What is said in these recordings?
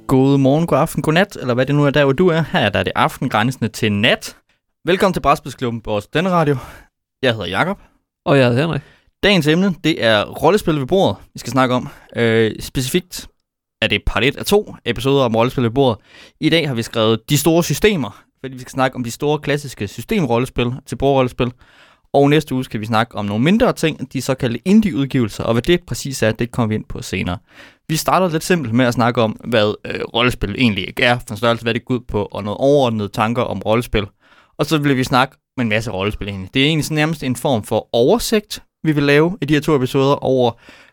God morgen, god aften, god nat, eller hvad det nu er der, hvor du er. Her der er det aften, grænsende til nat. Velkommen til Brætspilsklubben på vores denne radio. Jeg hedder Jakob. Og jeg hedder Henrik. Dagens emne, det er rollespil ved bordet, vi skal snakke om. Specifikt er det part 1 af 2 episoder om rollespil ved bordet. I dag har vi skrevet de store systemer, fordi vi skal snakke om de store klassiske systemrollespil til bordrollespil. Og næste uge skal vi snakke om nogle mindre ting, de såkaldte indie-udgivelser, og hvad det præcis er, det kommer vi ind på senere. Vi starter lidt simpelt med at snakke om, hvad rollespil egentlig ikke er, for en størrelse, hvad det går ud på, og noget overordnede tanker om rollespil. Og så vil vi snakke med en masse rollespil egentlig. Det er egentlig nærmest en form for oversigt, vi vil lave i de her 2 episoder over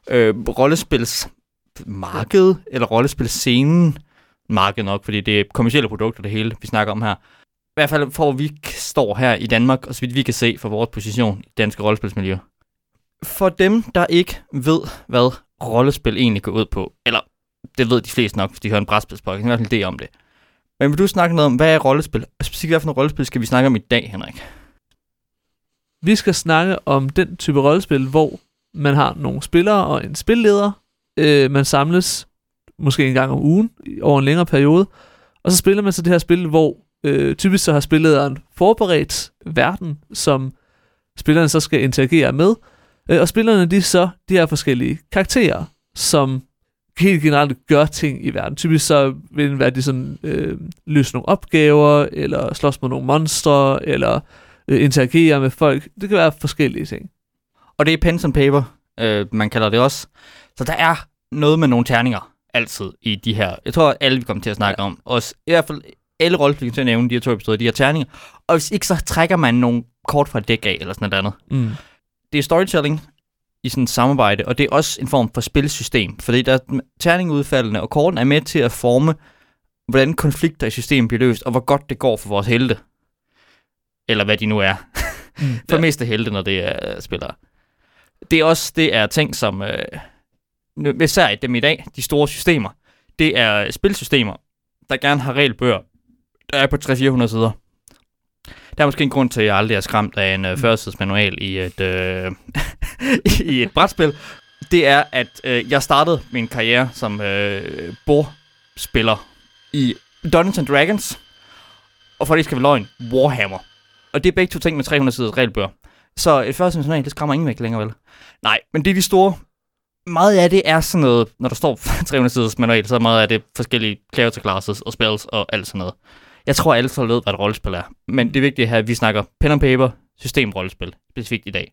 rollespilsmarkedet, eller rollespilscenen. Markedet nok, fordi det er kommercielle produkter, det hele, vi snakker om her. I hvert fald for, at vi står her i Danmark, og så vidt vi kan se fra vores position i danske rollespilsmiljø. For dem, der ikke ved, hvad rollespil egentlig går ud på, eller det ved de fleste nok, hvis de hører en brætspilspodcast, i hvert fald idé om det. Men vil du snakke noget om, hvad er rollespil? Specifikt, hvad for noget rollespil skal vi snakke om i dag, Henrik? Vi skal snakke om den type rollespil, hvor man har nogle spillere og en spilleder. Man samles måske en gang om ugen over en længere periode, og så spiller man så det her spil, hvor typisk så har spillederen forberedt verden, som spillerne så skal interagere med. Og spillerne, de her forskellige karakterer, som helt generelt gør ting i verden. Typisk så vil det være, at de sådan, løser nogle opgaver, eller slås mod nogle monstre, eller interagerer med folk. Det kan være forskellige ting. Og det er pen and paper, man kalder det også. Så der er noget med nogle terninger altid i de her. Jeg tror, alle vi kommer til at snakke om. Også, i hvert fald alle rollespil til at nævne de her 2 episoder, de her terninger. Og hvis ikke, så trækker man nogle kort fra et dæk af, eller sådan noget andet. Mm. Det er storytelling i sådan et samarbejde, og det er også en form for spilsystem, fordi der er terningudfaldene, og korten er med til at forme, hvordan konflikter i systemet bliver løst, og hvor godt det går for vores helte. Eller hvad de nu er. For mest af helte, når det er spillere. Det er ting, som især i dem i dag, de store systemer, det er spilsystemer, der gerne har regelbøger, der er på 300-400 sider. Der er måske en grund til, at jeg aldrig er skræmt af en 40-sidesmanual i et brætspil. Det er, at jeg startede min karriere som bordspiller i Dungeons & Dragons, og for det skal være løgn, Warhammer. Og det er begge 2 ting med 300 siders regelbøger. Så et 40-sidesmanual, det skræmmer ingen væk længere, vel? Nej, men det er de store. Meget af det er sådan noget, når der står 300 siders manual, så er meget af det forskellige character classes og spells og alt sådan noget. Jeg tror, alle ved, hvad et rollespil er. Men det er vigtigt her, at vi snakker pen and paper, systemrollespil, specifikt i dag.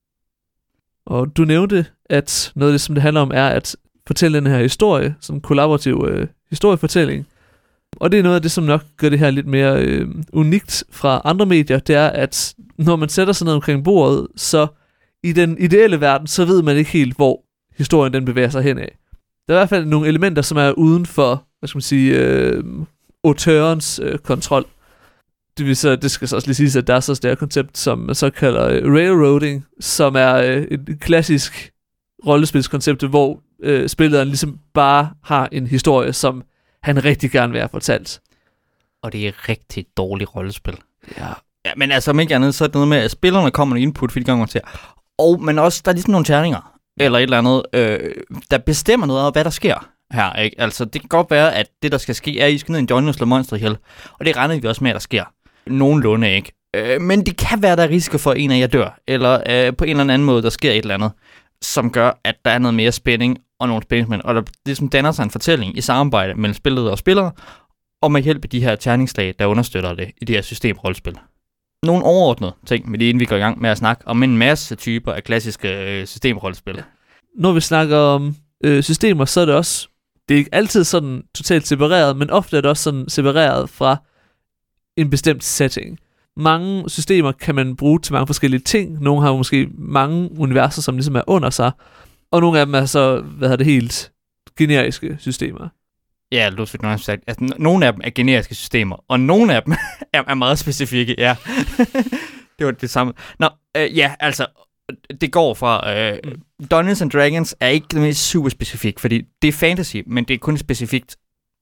Og du nævnte, at noget af det, som det handler om, er at fortælle den her historie, som en kollaborativ historiefortælling. Og det er noget af det, som nok gør det her lidt mere unikt fra andre medier, det er, at når man sætter sig ned omkring bordet, så i den ideelle verden, så ved man ikke helt, hvor historien den bevæger sig henad. Der er i hvert fald nogle elementer, som er uden for, hvad skal man sige, autørens kontrol. Det skal så også lige siges, at der er så det her koncept, som man så kalder railroading, som er et klassisk rollespilskoncept, hvor spillederen ligesom bare har en historie, som han rigtig gerne vil have fortalt. Og det er rigtig dårligt rollespil. Ja, men altså om ikke andet, så er det noget med, at spillerne kommer med input, fordi de kommer til. Men også, der er ligesom nogle terninger, eller et eller andet, der bestemmer noget af, hvad der sker her, ikke? Altså, det kan godt være, at det, der skal ske, er, at I skal ned i en dungeon og slå monster ihjel. Og det regner vi også med, at der sker. Nogenlunde, ikke? Men det kan være, at der er risiko for, at en af jer dør. Eller på en eller anden måde, der sker et eller andet, som gør, at der er noget mere spænding og nogle spændingsmænd. Og der ligesom danner sig en fortælling i samarbejde mellem spillere og spillere, og med hjælp af de her terningslag, der understøtter det i det her systemrollespil. Nogle overordnede ting, med det inden vi går i gang med at snakke om en masse typer af klassiske systemrollespil. Når vi snakker om systemer, så er det også, det er ikke altid sådan totalt separeret, men ofte er det også sådan separeret fra en bestemt setting. Mange systemer kan man bruge til mange forskellige ting. Nogle har måske mange universer, som ligesom er under sig, og nogle af dem er så, helt generiske systemer. Ja, du fik noget sagt. Altså, nogle af dem er generiske systemer, og nogle af dem er meget specifikke, ja. Det var det samme. Nå, altså, det går fra... Dungeons & Dragons er ikke det mest super specifikt, fordi det er fantasy, men det er kun specifikt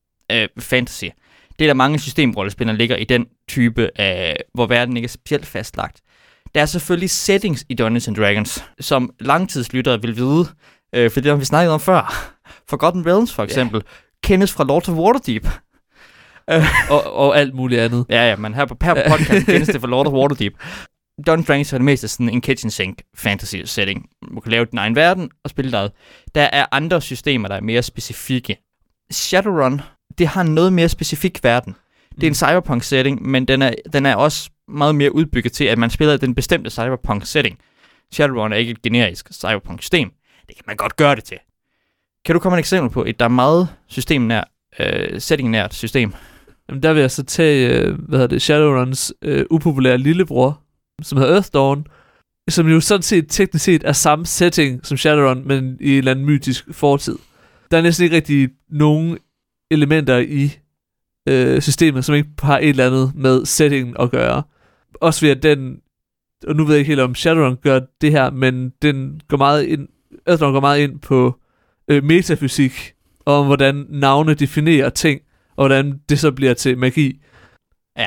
fantasy. Det er der mange systemrollespil, der ligger i den type, hvor verden ikke er specielt fastlagt. Der er selvfølgelig settings i Dungeons & Dragons, som langtidslyttere vil vide, for det har vi snakket om før. Forgotten Realms for eksempel, kendes fra Lords of Waterdeep. og alt muligt andet. Ja, men her på podcast kendes det fra Lord of Waterdeep. Dungeons & Dragons er det meste sådan en kitchen sink fantasy setting. Du kan lave din egen verden og spille dig. Der er andre systemer, der er mere specifikke. Shadowrun, det har en noget mere specifik verden. Det er en cyberpunk setting, men den er også meget mere udbygget til, at man spiller den bestemte cyberpunk setting. Shadowrun er ikke et generisk cyberpunk system. Det kan man godt gøre det til. Kan du komme med et eksempel på der er meget systemnært, settingnært system? Jamen, der vil jeg så tage, Shadowruns upopulære lillebror, som hedder Earthdawn, som jo sådan set teknisk set er samme setting som Shadowrun, men i en eller anden mytisk fortid. Der er næsten ikke rigtig nogen elementer i systemet, som ikke har et eller andet med settingen at gøre. Også ved at den, og nu ved jeg ikke helt om Shadowrun gør det her, men den går meget ind, Earthdawn går meget ind på metafysik, og om hvordan navne definerer ting, og hvordan det så bliver til magi. Ja.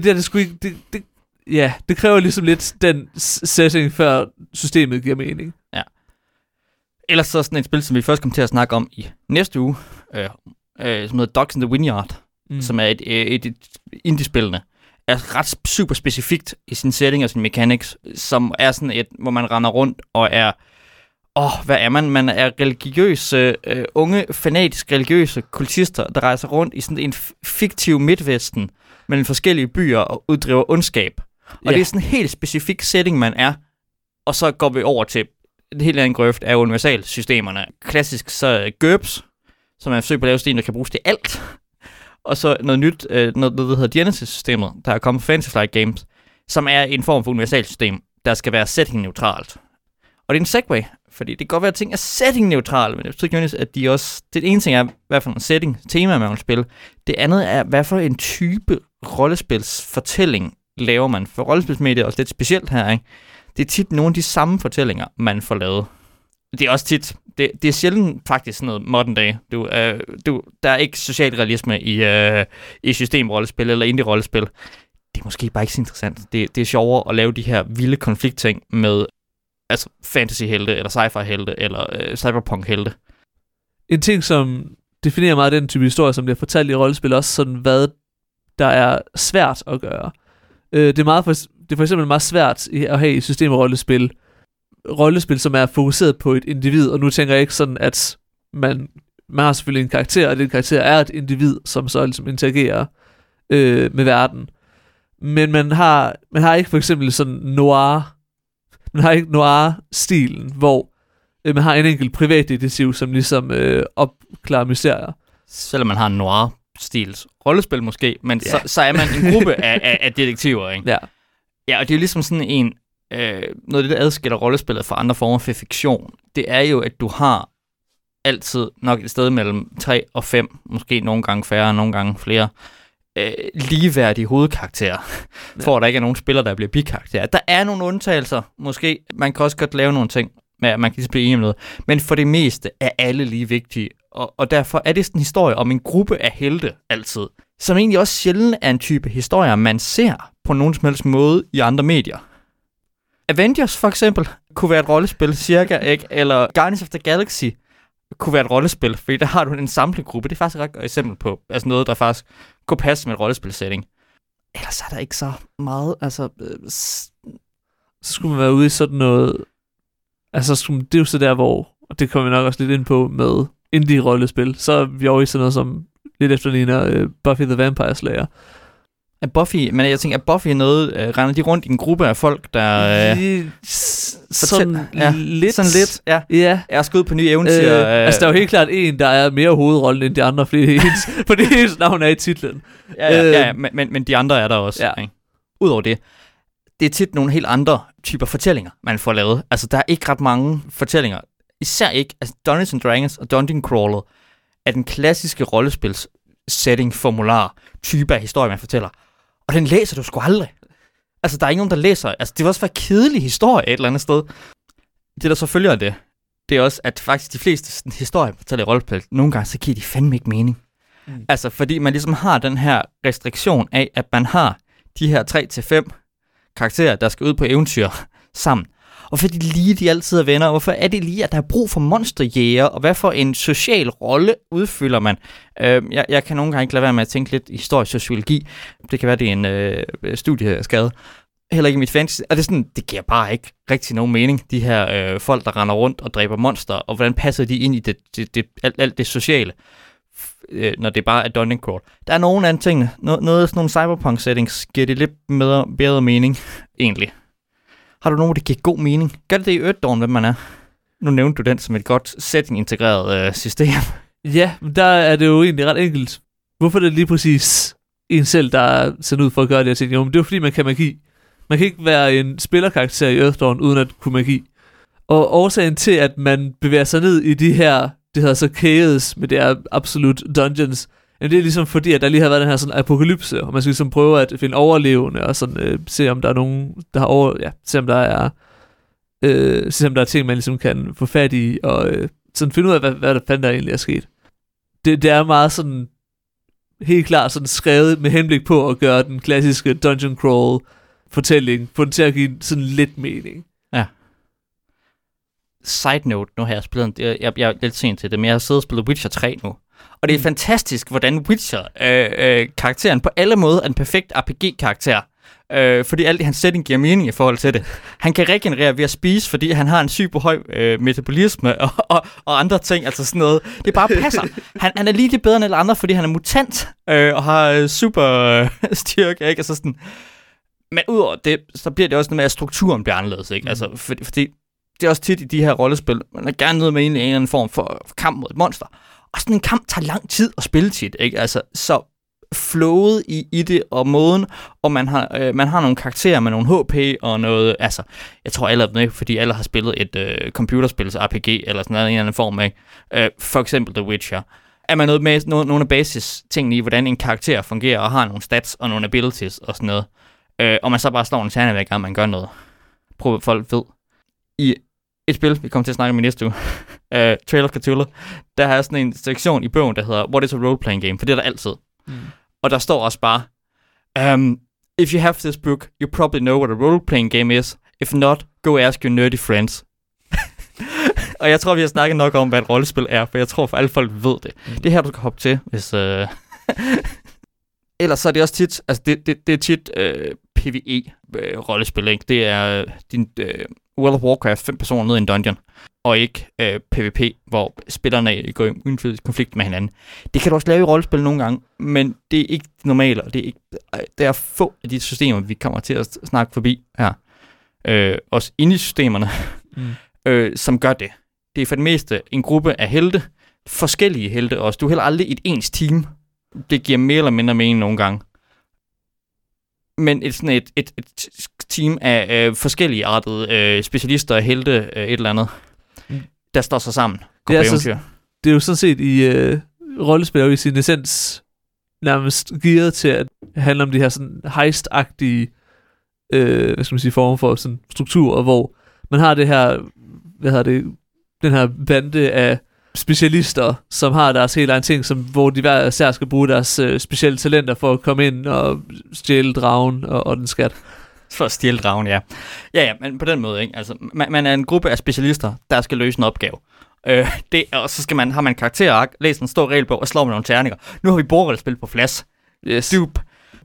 Det kræver ligesom lidt den setting, før systemet giver mening. Ja. Ellers så sådan et spil, som vi først kommer til at snakke om i næste uge, som hedder Dogs in the Vineyard, som er et indie-spillende, er ret super specifikt i sin setting og sin mechanics, som er sådan et, hvor man render rundt og er, hvad er man? Man er religiøse, unge, fanatisk religiøse kultister, der rejser rundt i sådan en fiktiv midtvesten mellem forskellige byer og uddriver ondskab. Og det er sådan en helt specifik setting, man er. Og så går vi over til et helt andet grøft af universalsystemerne. Klassisk så GURPS, som er et forsøg på at lave system, der kan bruges til alt. Og så noget nyt, noget der hedder Genesis-systemet, der er kommet fra Fantasy Flight Games, som er en form for universalsystem, der skal være setting-neutralt. Og det er en segue, fordi det kan godt være, at ting er setting-neutrale, men det betyder ikke, at de også... Det ene ting er, hvad for en setting, tema man vil spille. Det andet er, hvad for en type rollespilsfortælling laver man. For rollespilsmedier er også lidt specielt her, ikke? Det er tit nogle af de samme fortællinger, man får lavet. Det er også tit... Det er sjældent faktisk sådan noget modern day. Der er ikke social realisme i systemrollespil eller indie-rollespil. Det er måske bare ikke så interessant. Det er sjovere at lave de her vilde konfliktting med altså fantasy-helte, eller sci-fi-helte, eller cyberpunk-helte. En ting, som definerer meget den type historie, som bliver fortalt i rollespil, også sådan, hvad der er svært at gøre. Det er for eksempel meget svært at have i systemrollespil, som er fokuseret på et individ, og nu tænker jeg ikke sådan, at man har selvfølgelig en karakter, og den karakter er et individ, som så ligesom interagerer med verden. Men man har ikke for eksempel sådan noir, man har ikke noir-stilen, hvor man har en enkelt privatdetektiv, som ligesom opklarer mysterier. Selvom man har en noir-stils rollespil måske, men så er man en gruppe af detektiver, ikke? Ja, og det er jo ligesom sådan en noget af det, der adskiller rollespillet fra andre former for fiktion, det er jo, at du har altid nok et sted mellem 3 og 5, måske nogle gange færre, nogle gange flere, ligeværdige hovedkarakterer, for at der ikke er nogen spillere, der bliver bikarakterer. Der er nogle undtagelser, måske. Man kan også godt lave nogle ting, man kan lige blive enige om noget. Men for det meste er alle lige vigtige, og derfor er det sådan en historie om en gruppe af helte altid, som egentlig også sjældent er en type historier, man ser på nogen som helst måde i andre medier. Avengers for eksempel kunne være et rollespil, cirka, ikke? Eller Guardians of the Galaxy kunne være et rollespil, fordi der har du en samlegruppe. Det er faktisk et ret godt eksempel på altså noget, der faktisk kunne passe med et rollespilssetting. Ellers er der ikke så meget, altså... Så skulle man være ude i sådan noget... Altså, det er jo så der, hvor... Og det kommer vi nok også lidt ind på med indie-rollespil. Så er vi over i sådan noget, som lidt efterligner Buffy the Vampire Slayer. Er Buffy, men jeg tænker, at Buffy noget, render de rundt i en gruppe af folk, der... Sådan lidt. Ja. Jeg skal ud på nye eventyr. Altså, der er jo helt klart en, der er mere hovedrollen end de andre, fordi hendes navn er i titlen. Men de andre er der også. Ja. Ikke? Udover det er tit nogle helt andre typer fortællinger, man får lavet. Altså, der er ikke ret mange fortællinger. Især ikke. Altså, Dungeons & Dragons og Dungeon Crawler er den klassiske rollespils setting-formular type af historie, man fortæller. Og den læser du sgu aldrig. Altså, der er ingen, der læser. Altså, det vil også være kedelig historie et eller andet sted. Det, der så følger af det, det er også, at faktisk de fleste historier, man fortæller i rollespil, nogle gange, så giver de fandme ikke mening. Altså, fordi man ligesom har den her restriktion af, at man har de her 3-5 karakterer, der skal ud på eventyr sammen. hvorfor er det lige, de altid er venner, hvorfor er det lige, at der er brug for monsterjæger, og hvad for en social rolle udfylder man. Jeg kan nogle gange ikke lade være med at tænke lidt historisk sociologi. Det kan være, det er en studieskade. Heller ikke i mit fantasy. Og det er sådan, det giver bare ikke rigtig nogen mening, de her folk, der render rundt og dræber monster, og hvordan passer de ind i alt det sociale, når det bare er dungeon crawl. Der er nogle andre ting, noget af sådan nogle cyberpunk settings, giver det lidt bedre mening, egentlig. Har du nogen, der giver god mening? Gør det i Earthdawn, hvem man er? Nu nævnte du den som et godt setting-integreret system. Ja, men der er det jo egentlig ret enkelt. Hvorfor er det lige præcis en selv, der er sendt ud for at gøre det her ting? Jo, men det er jo fordi, man kan magi. Man kan ikke være en spillerkarakter i Earthdawn, uden at kunne magi. Og årsagen til, at man bevæger sig ned i de her, det hedder så caves, med det er absolute dungeons, det er ligesom fordi, at der lige har været den her sådan apokalypse, og man skal ligesom prøve at finde overlevende, og sådan se om der er nogen, der har se om der er ting, man ligesom kan få fat i, og sådan finde ud af, hvad der fanden der egentlig er sket. Det er meget sådan, helt klart sådan skrevet med henblik på at gøre den klassiske dungeon crawl fortælling, få den til at give sådan lidt mening. Ja. Side note, nu har jeg spillet, jeg er lidt sent til det, men jeg har siddet og spillet Witcher 3 nu. Og det er fantastisk, hvordan Witcher, karakteren på alle måder er en perfekt RPG-karakter. Fordi alt i hans setting giver mening i forhold til det. Han kan regenerere ved at spise, fordi han har en super høj metabolisme og andre ting, altså sådan noget. Det bare passer. Han er lige lidt bedre end alle andre, fordi han er mutant og har super styrke, ikke? Altså sådan. Men udover det, så bliver det også noget med, at strukturen bliver anderledes, ikke? Altså, fordi det er også tit i de her rollespil, man er gerne nede med en eller anden form for kamp mod et monster. Og sådan en kamp tager lang tid at spille tit, ikke? Altså, så flowet i det, og måden, og man har nogle karakterer med nogle HP, og noget, altså, jeg tror alle er med, fordi alle har spillet et computerspils RPG, eller sådan noget, en eller anden form, ikke? For eksempel The Witcher. Er man noget med nogle af basis-tingene i, hvordan en karakter fungerer, og har nogle stats, og nogle abilities, og sådan noget. Og man så bare slår en terne væk, og man gør noget. Prøv at folk ved. I et spil, vi kommer til at snakke om i næste uge, Trail of Cthulhu, der har sådan en sektion i bogen, der hedder What is a role-playing game? For det er der altid. Og der står også bare, if you have this book, you probably know what a role-playing game is. If not, go ask your nerdy friends. Og jeg tror, vi har snakket nok om, hvad et rollespil er, for jeg tror, for alle folk ved det. Det her, du kan hoppe til, hvis... Ellers så er det også tit, altså det er tit PvE-rollespil, ikke? Det er din World of Warcraft 5 personer ned i en dungeon, og ikke PvP, hvor spillerne går i indflydelse konflikt med hinanden. Det kan du også lave i rollespil nogle gange, men det er ikke normalt, og det er få af de systemer, vi kommer til at snakke forbi her. Også inde i systemerne, som gør det. Det er for det meste en gruppe af helte, forskellige helte også. Du er heller aldrig et ens team. Det giver mere eller mindre mening nogle gange. Men et team af forskellige artede specialister, helte, et eller andet, der står sig sammen. Det er jo sådan set i rollespil i sin essens nærmest gearet til at handle om de her sådan heist-agtige form for sådan strukturer, hvor man har det her, den her bande af specialister, som har deres helt egen ting, hvor de hver især skal bruge deres specielle talenter for at komme ind og stjæle dragen og den skat. For at stjæle dragen, ja. Ja, men på den måde, ikke? Altså, man er en gruppe af specialister, der skal løse en opgave. Og så har man en karakterark, læser en stor regelbog og slår med nogle terninger. Nu har vi bordrollespil på flash. Yes. Dup.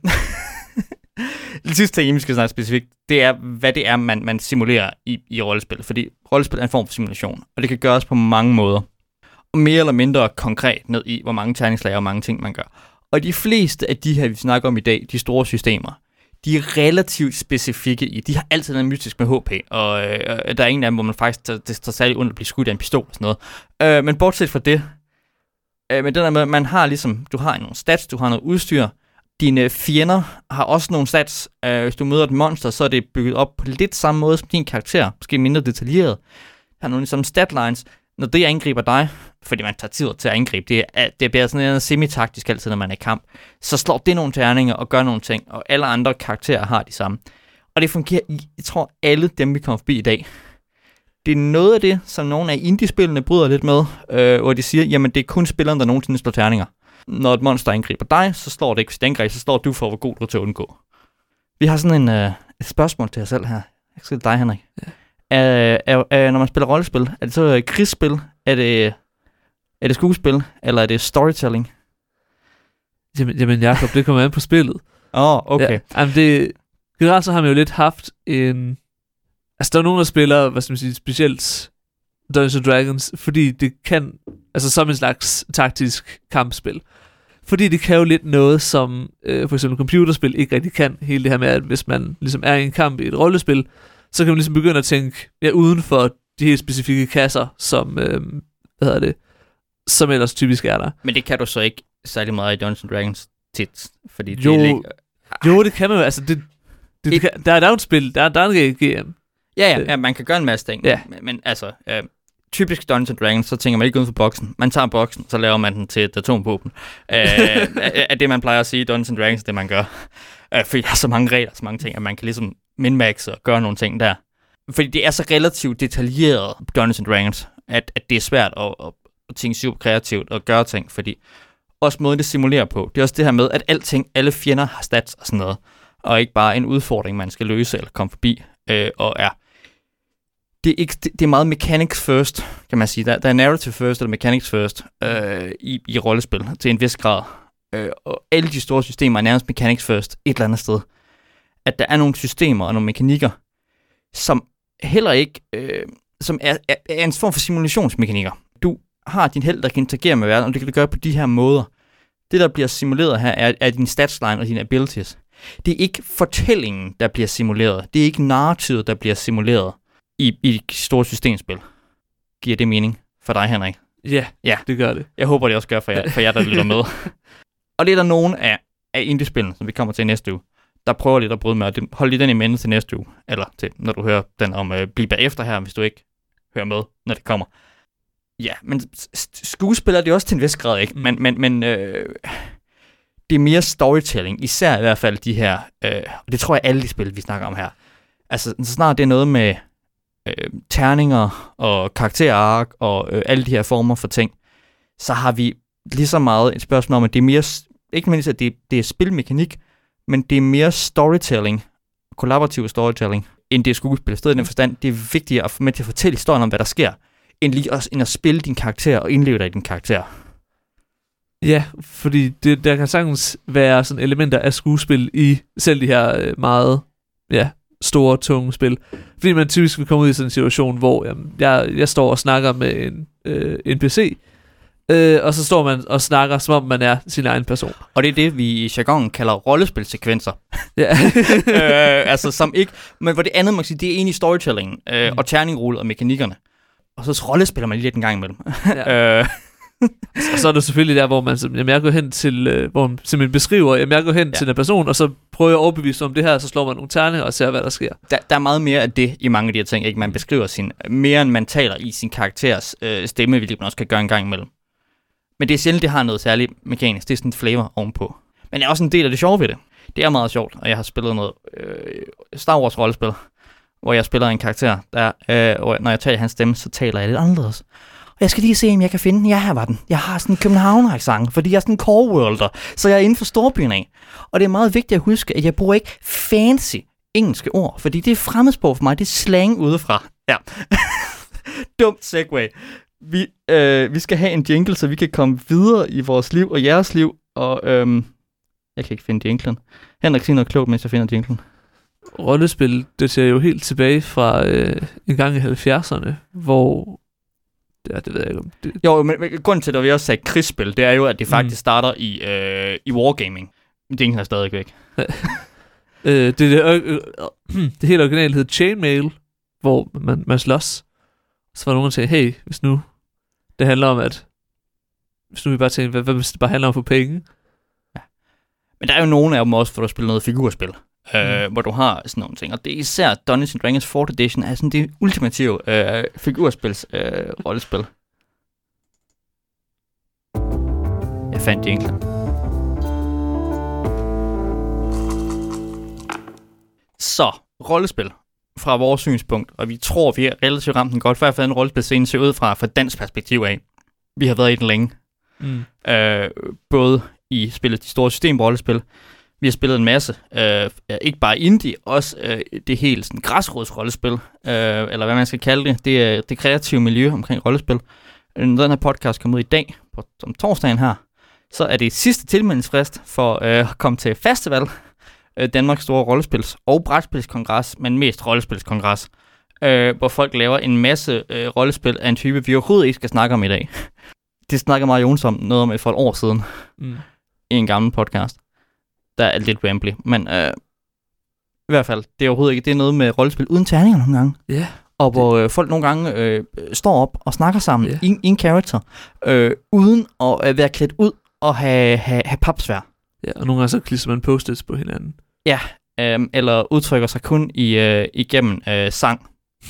Det sidste ting, vi skal snakke specifikt, det er, hvad det er, man simulerer i rollespil. Fordi rollespil er en form for simulation, og det kan gøres på mange måder. Og mere eller mindre konkret ned i, hvor mange terningslag og mange ting, man gør. Og de fleste af de her, vi snakker om i dag, de store systemer, de er relativt specifikke i. De har altid noget mystisk med HP, og der er ingen af dem, hvor man faktisk tager særligt under at blive skudt af en pistol og sådan noget. Men bortset fra det, med den der med, man har ligesom, du har nogle stats, du har noget udstyr, dine fjender har også nogle stats. Hvis du møder et monster, så er det bygget op på lidt samme måde som din karakter, måske mindre detaljeret. Har nogle ligesom statlines. Når det angriber dig, fordi man tager tid til at angribe, det bliver sådan noget semi-taktisk altid, når man er i kamp, så slår det nogle terninger og gør nogle ting, og alle andre karakterer har de samme. Og det fungerer i, jeg tror, alle dem, vi kommer forbi i dag. Det er noget af det, som nogle af indie-spillene bryder lidt med, hvor de siger, jamen det er kun spilleren, der nogensinde slår terninger. Når et monster angriber dig, så slår det ikke. Hvis det angriber, så slår du for, hvor god du er til at undgå. Vi har sådan et spørgsmål til os selv her. Jeg skal dig, Henrik. Når man spiller rollespil, er det så krigsspil? Er det skuespil? Eller er det storytelling? Jamen Jacob, det kommer an på spillet. Okay. Ja, jamen generelt så har man jo lidt haft en... Altså, der er nogen, der spiller, hvad skal man sige, specielt Dungeons & Dragons, fordi det kan... Altså, som en slags taktisk kampspil. Fordi det kan jo lidt noget, som for eksempel computerspil ikke rigtig kan. Hele det her med, at hvis man ligesom er i en kamp i et rollespil, så kan man ligesom begynde at tænke uden for de helt specifikke kasser, som, som ellers typisk er der. Men det kan du så ikke særlig meget i Dungeons & Dragons tit, fordi Jo, det kan man jo. Altså, der er et spil, der er en GM. Ja, man kan gøre en masse ting. Ja. Men altså, typisk Dungeons & Dragons, så tænker man ikke uden for boksen. Man tager boksen, så laver man den til et atomvåben. Er det, man plejer at sige i Dungeons & Dragons, det man gør. Fordi der er så mange regler, så mange ting, at man kan ligesom min-maxe og gøre nogle ting der. Fordi det er så relativt detaljeret Dungeons & Dragons, at det er svært at tænke super kreativt og gøre ting, fordi også måden det simulerer på, det er også det her med, at alle fjender har stats og sådan noget, og ikke bare en udfordring, man skal løse eller komme forbi, det er meget mechanics first, kan man sige. Der er narrative first eller mechanics first i rollespil til en vis grad. Og alle de store systemer er nærmest mechanics first et eller andet sted. At der er nogle systemer og nogle mekanikker, som heller ikke, som er en form for simulationsmekanikker. Du har din held, der kan interagere med verden, og det kan du gøre på de her måder. Det, der bliver simuleret her, er din statsline og dine abilities. Det er ikke fortællingen, der bliver simuleret. Det er ikke narrativet, der bliver simuleret i store systemspil. Giver det mening for dig, Henrik? Ja, det gør det. Jeg håber, det også gør for jer der lytter med. Og det er der nogen af indie-spillene, som vi kommer til næste uge, der prøver lidt at bryde med. Hold lige den i mente til næste uge, eller til, når du hører den om Bliv bagefter her, hvis du ikke hører med, når det kommer. Ja, men skuespiller det også til en vis grad, ikke? Men det er mere storytelling, især i hvert fald de her, og det tror jeg alle de spil, vi snakker om her. Altså, så snart det er noget med terninger og karakterark og alle de her former for ting, så har vi lige så meget et spørgsmål om, at det er mere, ikke mindst at det er spilmekanik, men det er mere storytelling, kollaborativ storytelling, end det er skuespil. I stedet i den forstand, det er vigtigere at få med til at fortælle historien om, hvad der sker, end at spille din karakter og indleve dig i din karakter. Ja, fordi der kan sagtens være sådan elementer af skuespil i selv de her meget store, tunge spil. Fordi man typisk vil komme ud i sådan en situation, hvor jeg står og snakker med en PC, og så står man og snakker, som om man er sin egen person. Og det er det, vi i jargonen kalder rollespilsekvenser. Ja. Altså som ikke, men hvor det andet, man kan sige, det er egentlig storytelling, og terningrulle og mekanikkerne. Og så rollespiller man lige lidt en gang imellem. Ja. Og så er det selvfølgelig der, hvor man jeg går hen til, hvor man simpelthen beskriver, jeg går hen til en person, og så prøver jeg at overbevise om det her, så slår man nogle terninger og ser, hvad der sker. Der er meget mere af det i mange af de her ting, ikke? Man beskriver mere end man taler i sin karakteres stemme, hvilket man også kan gøre en gang imellem. Men det er sjældent, det har noget særligt mekanisk. Det er sådan en flavor ovenpå. Men det er også en del af det sjove ved det. Det er meget sjovt, og jeg har spillet noget Star Wars rollespil, hvor jeg spiller en karakter, og når jeg taler hans stemme, så taler jeg lidt anderledes. Og jeg skal lige se, om jeg kan finde den. Ja, her var den. Jeg har sådan en københavner-accent, fordi jeg er sådan en core-worlder, så jeg er inden for storbyen af. Og det er meget vigtigt at huske, at jeg bruger ikke fancy engelske ord, fordi det er fremmedsprog for mig. Det er slang udefra. Ja. Dumt segway. Vi skal have en jingle, så vi kan komme videre i vores liv og jeres liv. Og jeg kan ikke finde jinglen. Henrik, siger noget klogt, mens jeg finder jinglen. Rollespil, det ser jo helt tilbage fra en gang i 70'erne, hvor... Ja, det ved jeg ikke om det... Jo, men grunden til, at vi også sagde krigsspil, det er jo, at det faktisk starter i wargaming. Jinglen er stadig væk. Det helt originale hed Chainmail, hvor man slås. Så var der nogen, der sagde, hey, hvis nu det handler om, at... Hvis nu vi bare tænker, hvad hvis det bare handler om at få penge? Ja. Men der er jo nogle af dem også, hvor du spiller noget figurspil. Hvor du har sådan nogle ting. Og det er især Dungeons & Dragons 4th Edition er sådan det ultimative figurspils rollespil. Jeg fandt jinglen. Så, rollespil fra vores synspunkt, og vi tror, vi er relativt ramt den godt, for at en rollespilscene ser ud fra dansk perspektiv af. Vi har været i den længe. Både i spillet de store systemrollespil, Vi har spillet en masse, ikke bare indie, også det helt sådan græsrodsrollespil, eller hvad man skal kalde det. Det er det kreative miljø omkring rollespil. Når den her podcast kommer ud i dag, om torsdagen her, så er det sidste tilmeldingsfrist for at komme til festival, Danmarks store rollespils- og brætspilskongres, men mest rollespilskongres, hvor folk laver en masse rollespil af en type, vi overhovedet ikke skal snakke om i dag. Det snakker meget Jonas om noget om for et år siden, i en gammel podcast, der er lidt rambly, men i hvert fald, det er overhovedet ikke, det er noget med rollespil uden terninger nogle gange. Ja. Yeah. Og hvor folk nogle gange står op og snakker sammen i en character, uden at være klædt ud og have papsvær. Ja, og nogle gange så klistrer man post-its på hinanden. Ja, eller udtrykker sig kun igennem sang.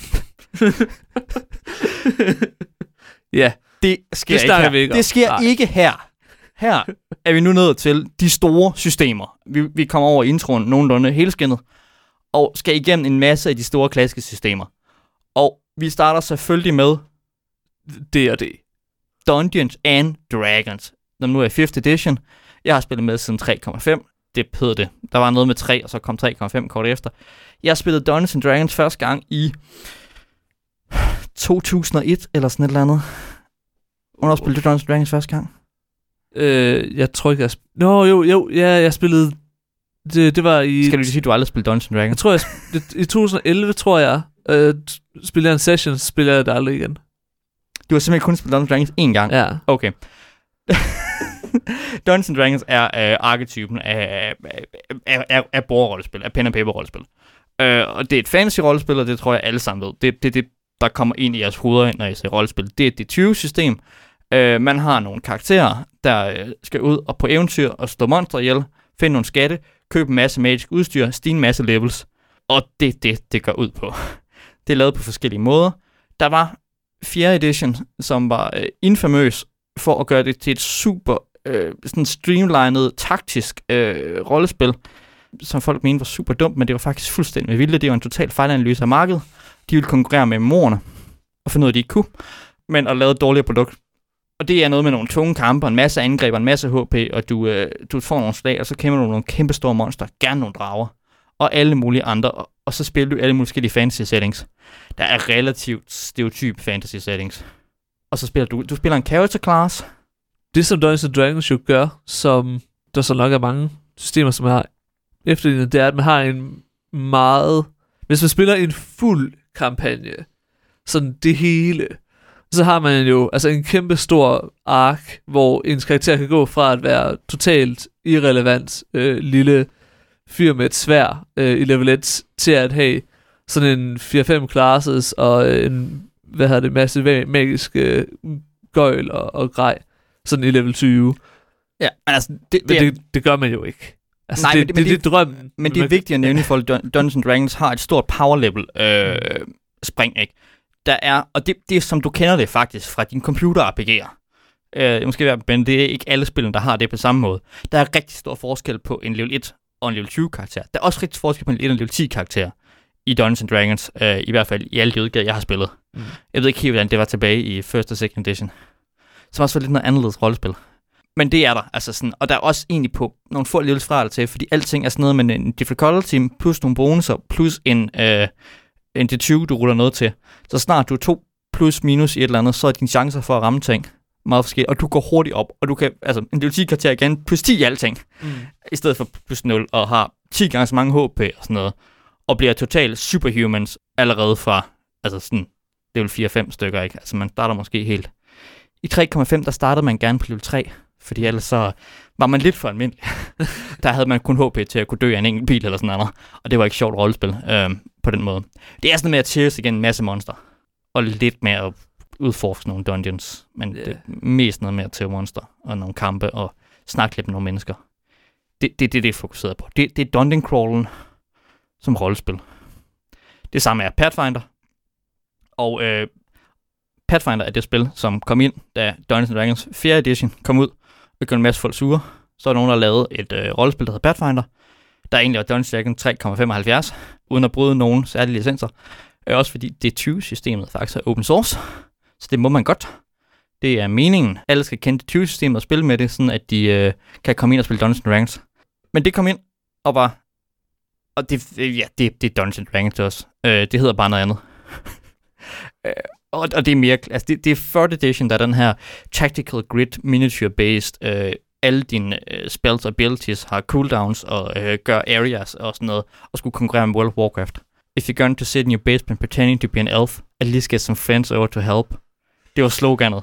Ja, det sker ikke her. Det sker ikke her. Her er vi nu nået til de store systemer. Vi kommer over i introen nogenlunde helskindet, og skal igennem en masse af de store klassiske systemer. Og vi starter selvfølgelig med D&D. Dungeons and Dragons, som nu er 5th edition. Jeg har spillet med siden 3.5. Det hed det. Der var noget med 3, og så kom 3.5 kort efter. Jeg har spillet Dungeons and Dragons første gang i 2001, eller sådan et eller andet. Hvornår spillede du Dungeons and Dragons første gang? Jeg tror ikke, jeg spillede... Det var i... Skal du lige sige, at du aldrig spillede Dungeons and Dragons? Jeg tror, i 2011, tror jeg, spillede jeg en session, spillede jeg det aldrig igen. Du har simpelthen kun spillet Dungeons and Dragons én gang? Ja. Okay. Dungeons and Dragons er arketypen af bordrollespil, af pen and paper rollespil. Og det er et fantasy-rollespil, og det tror jeg alle sammen ved. Det er det, der kommer ind i jeres hoveder, når I ser rollespil. Det er et D20-system. Man har nogle karakterer, der skal ud og på eventyr og slå monstre ihjel, finde nogle skatte, købe en masse magisk udstyr, stige en masse levels. Og det går ud på. Det er lavet på forskellige måder. Der var 4. edition, som var infamøs for at gøre det til et super sådan streamlinet, taktisk rollespil, som folk mente var super dumt, men det var faktisk fuldstændig vildt. Det var en total fejlanalyse af markedet. De ville konkurrere med morerne og finde ud af, at de ikke kunne, men at lave et dårligere produkt. Og det er noget med nogle tunge kampe, en masse angreb, en masse HP, og du får nogle slag, og så kæmper du nogle kæmpe store monster, gerne nogle drager, og alle mulige andre, og så spiller du alle mulige forskellige fantasy settings. Der er relativt stereotyp fantasy settings. Og så spiller du spiller en character class. Det som Dungeons and Dragons jo gør, som der så nok er mange systemer, som har efterlignet, det er, at man har en meget... Hvis man spiller en fuld kampagne, sådan det hele, så har man jo altså en kæmpe stor ark, hvor ens karakter kan gå fra at være totalt irrelevant lille fyr med et sværd i level 1, til at have sådan en 4-5 classes og en, masse magisk gøjl og grej, sådan i level 20. Ja, men altså... Det gør man jo ikke. Altså, nej, det er drømmen. Men det er vigtigt at nævne, for Dungeons and Dragons har et stort power level spring, ikke? Der er, og det er som du kender det faktisk fra dine computer-RPG'er. Måske være, men det er ikke alle spillene, der har det på samme måde. Der er rigtig stor forskel på en level 1 og en level 20-karakter. Der er også rigtig forskel på en level 10-karakter i Dungeons and Dragons, i hvert fald i alle de udgaver, jeg har spillet. Jeg ved ikke helt, hvordan det var tilbage i 1. og 2. edition. Som også var lidt noget anderledes rollespil. Men det er der, altså sådan, og der er også egentlig på nogle få levels fra det til, fordi alting er sådan noget med en difficulty, plus nogle bonusser, plus en D20, du ruller noget til. Så snart du er 2 plus minus i et eller andet, så er dine chancer for at ramme ting meget forskellige, og du går hurtigt op, og du kan, altså en level 10-karakter igen, plus 10 i alting, i stedet for plus 0, og har 10 gange så mange HP og sådan noget, og bliver totalt superhumans allerede fra, altså sådan, level 4-5 stykker, ikke? Altså man starter måske helt. I 3.5, der startede man gerne på level 3, fordi ellers så var man lidt for almindelig. Der havde man kun HP til at kunne dø af en enkelt bil eller sådan noget, og det var ikke sjovt rollespil på den måde. Det er sådan med at chase igen en masse monster, og lidt med at udforske nogle dungeons, men det er mest noget med at tæve monster, og nogle kampe, og snakke lidt med nogle mennesker. Det er fokuseret på. Det er dungeon crawlen som rollespil. Det samme er Pathfinder, og Pathfinder er det spil, som kom ind, da Dungeons and Dragons 4. edition kom ud, og gjorde en masse folk sure. Så er der nogen, der lavede et rollespil, der hedder Pathfinder, der egentlig var Dungeons and Dragons 3.75, uden at bryde nogen særlige licenser. Også fordi D20-systemet faktisk er open source, så det må man godt. Det er meningen. Alle skal kende D20-systemet og spille med det, sådan at de kan komme ind og spille Dungeons and Dragons. Men det kom ind, Og det er Dungeons & Dragons også. Det hedder bare noget andet. Og det er mere... Altså, det er 3rd edition, der er den her tactical grid, miniature-based. Alle dine spells og abilities har cooldowns og gør areas og sådan noget, og skulle konkurrere med World of Warcraft. If you're going to sit in your basement pretending to be an elf, at least get some friends over to help. Det var sloganet.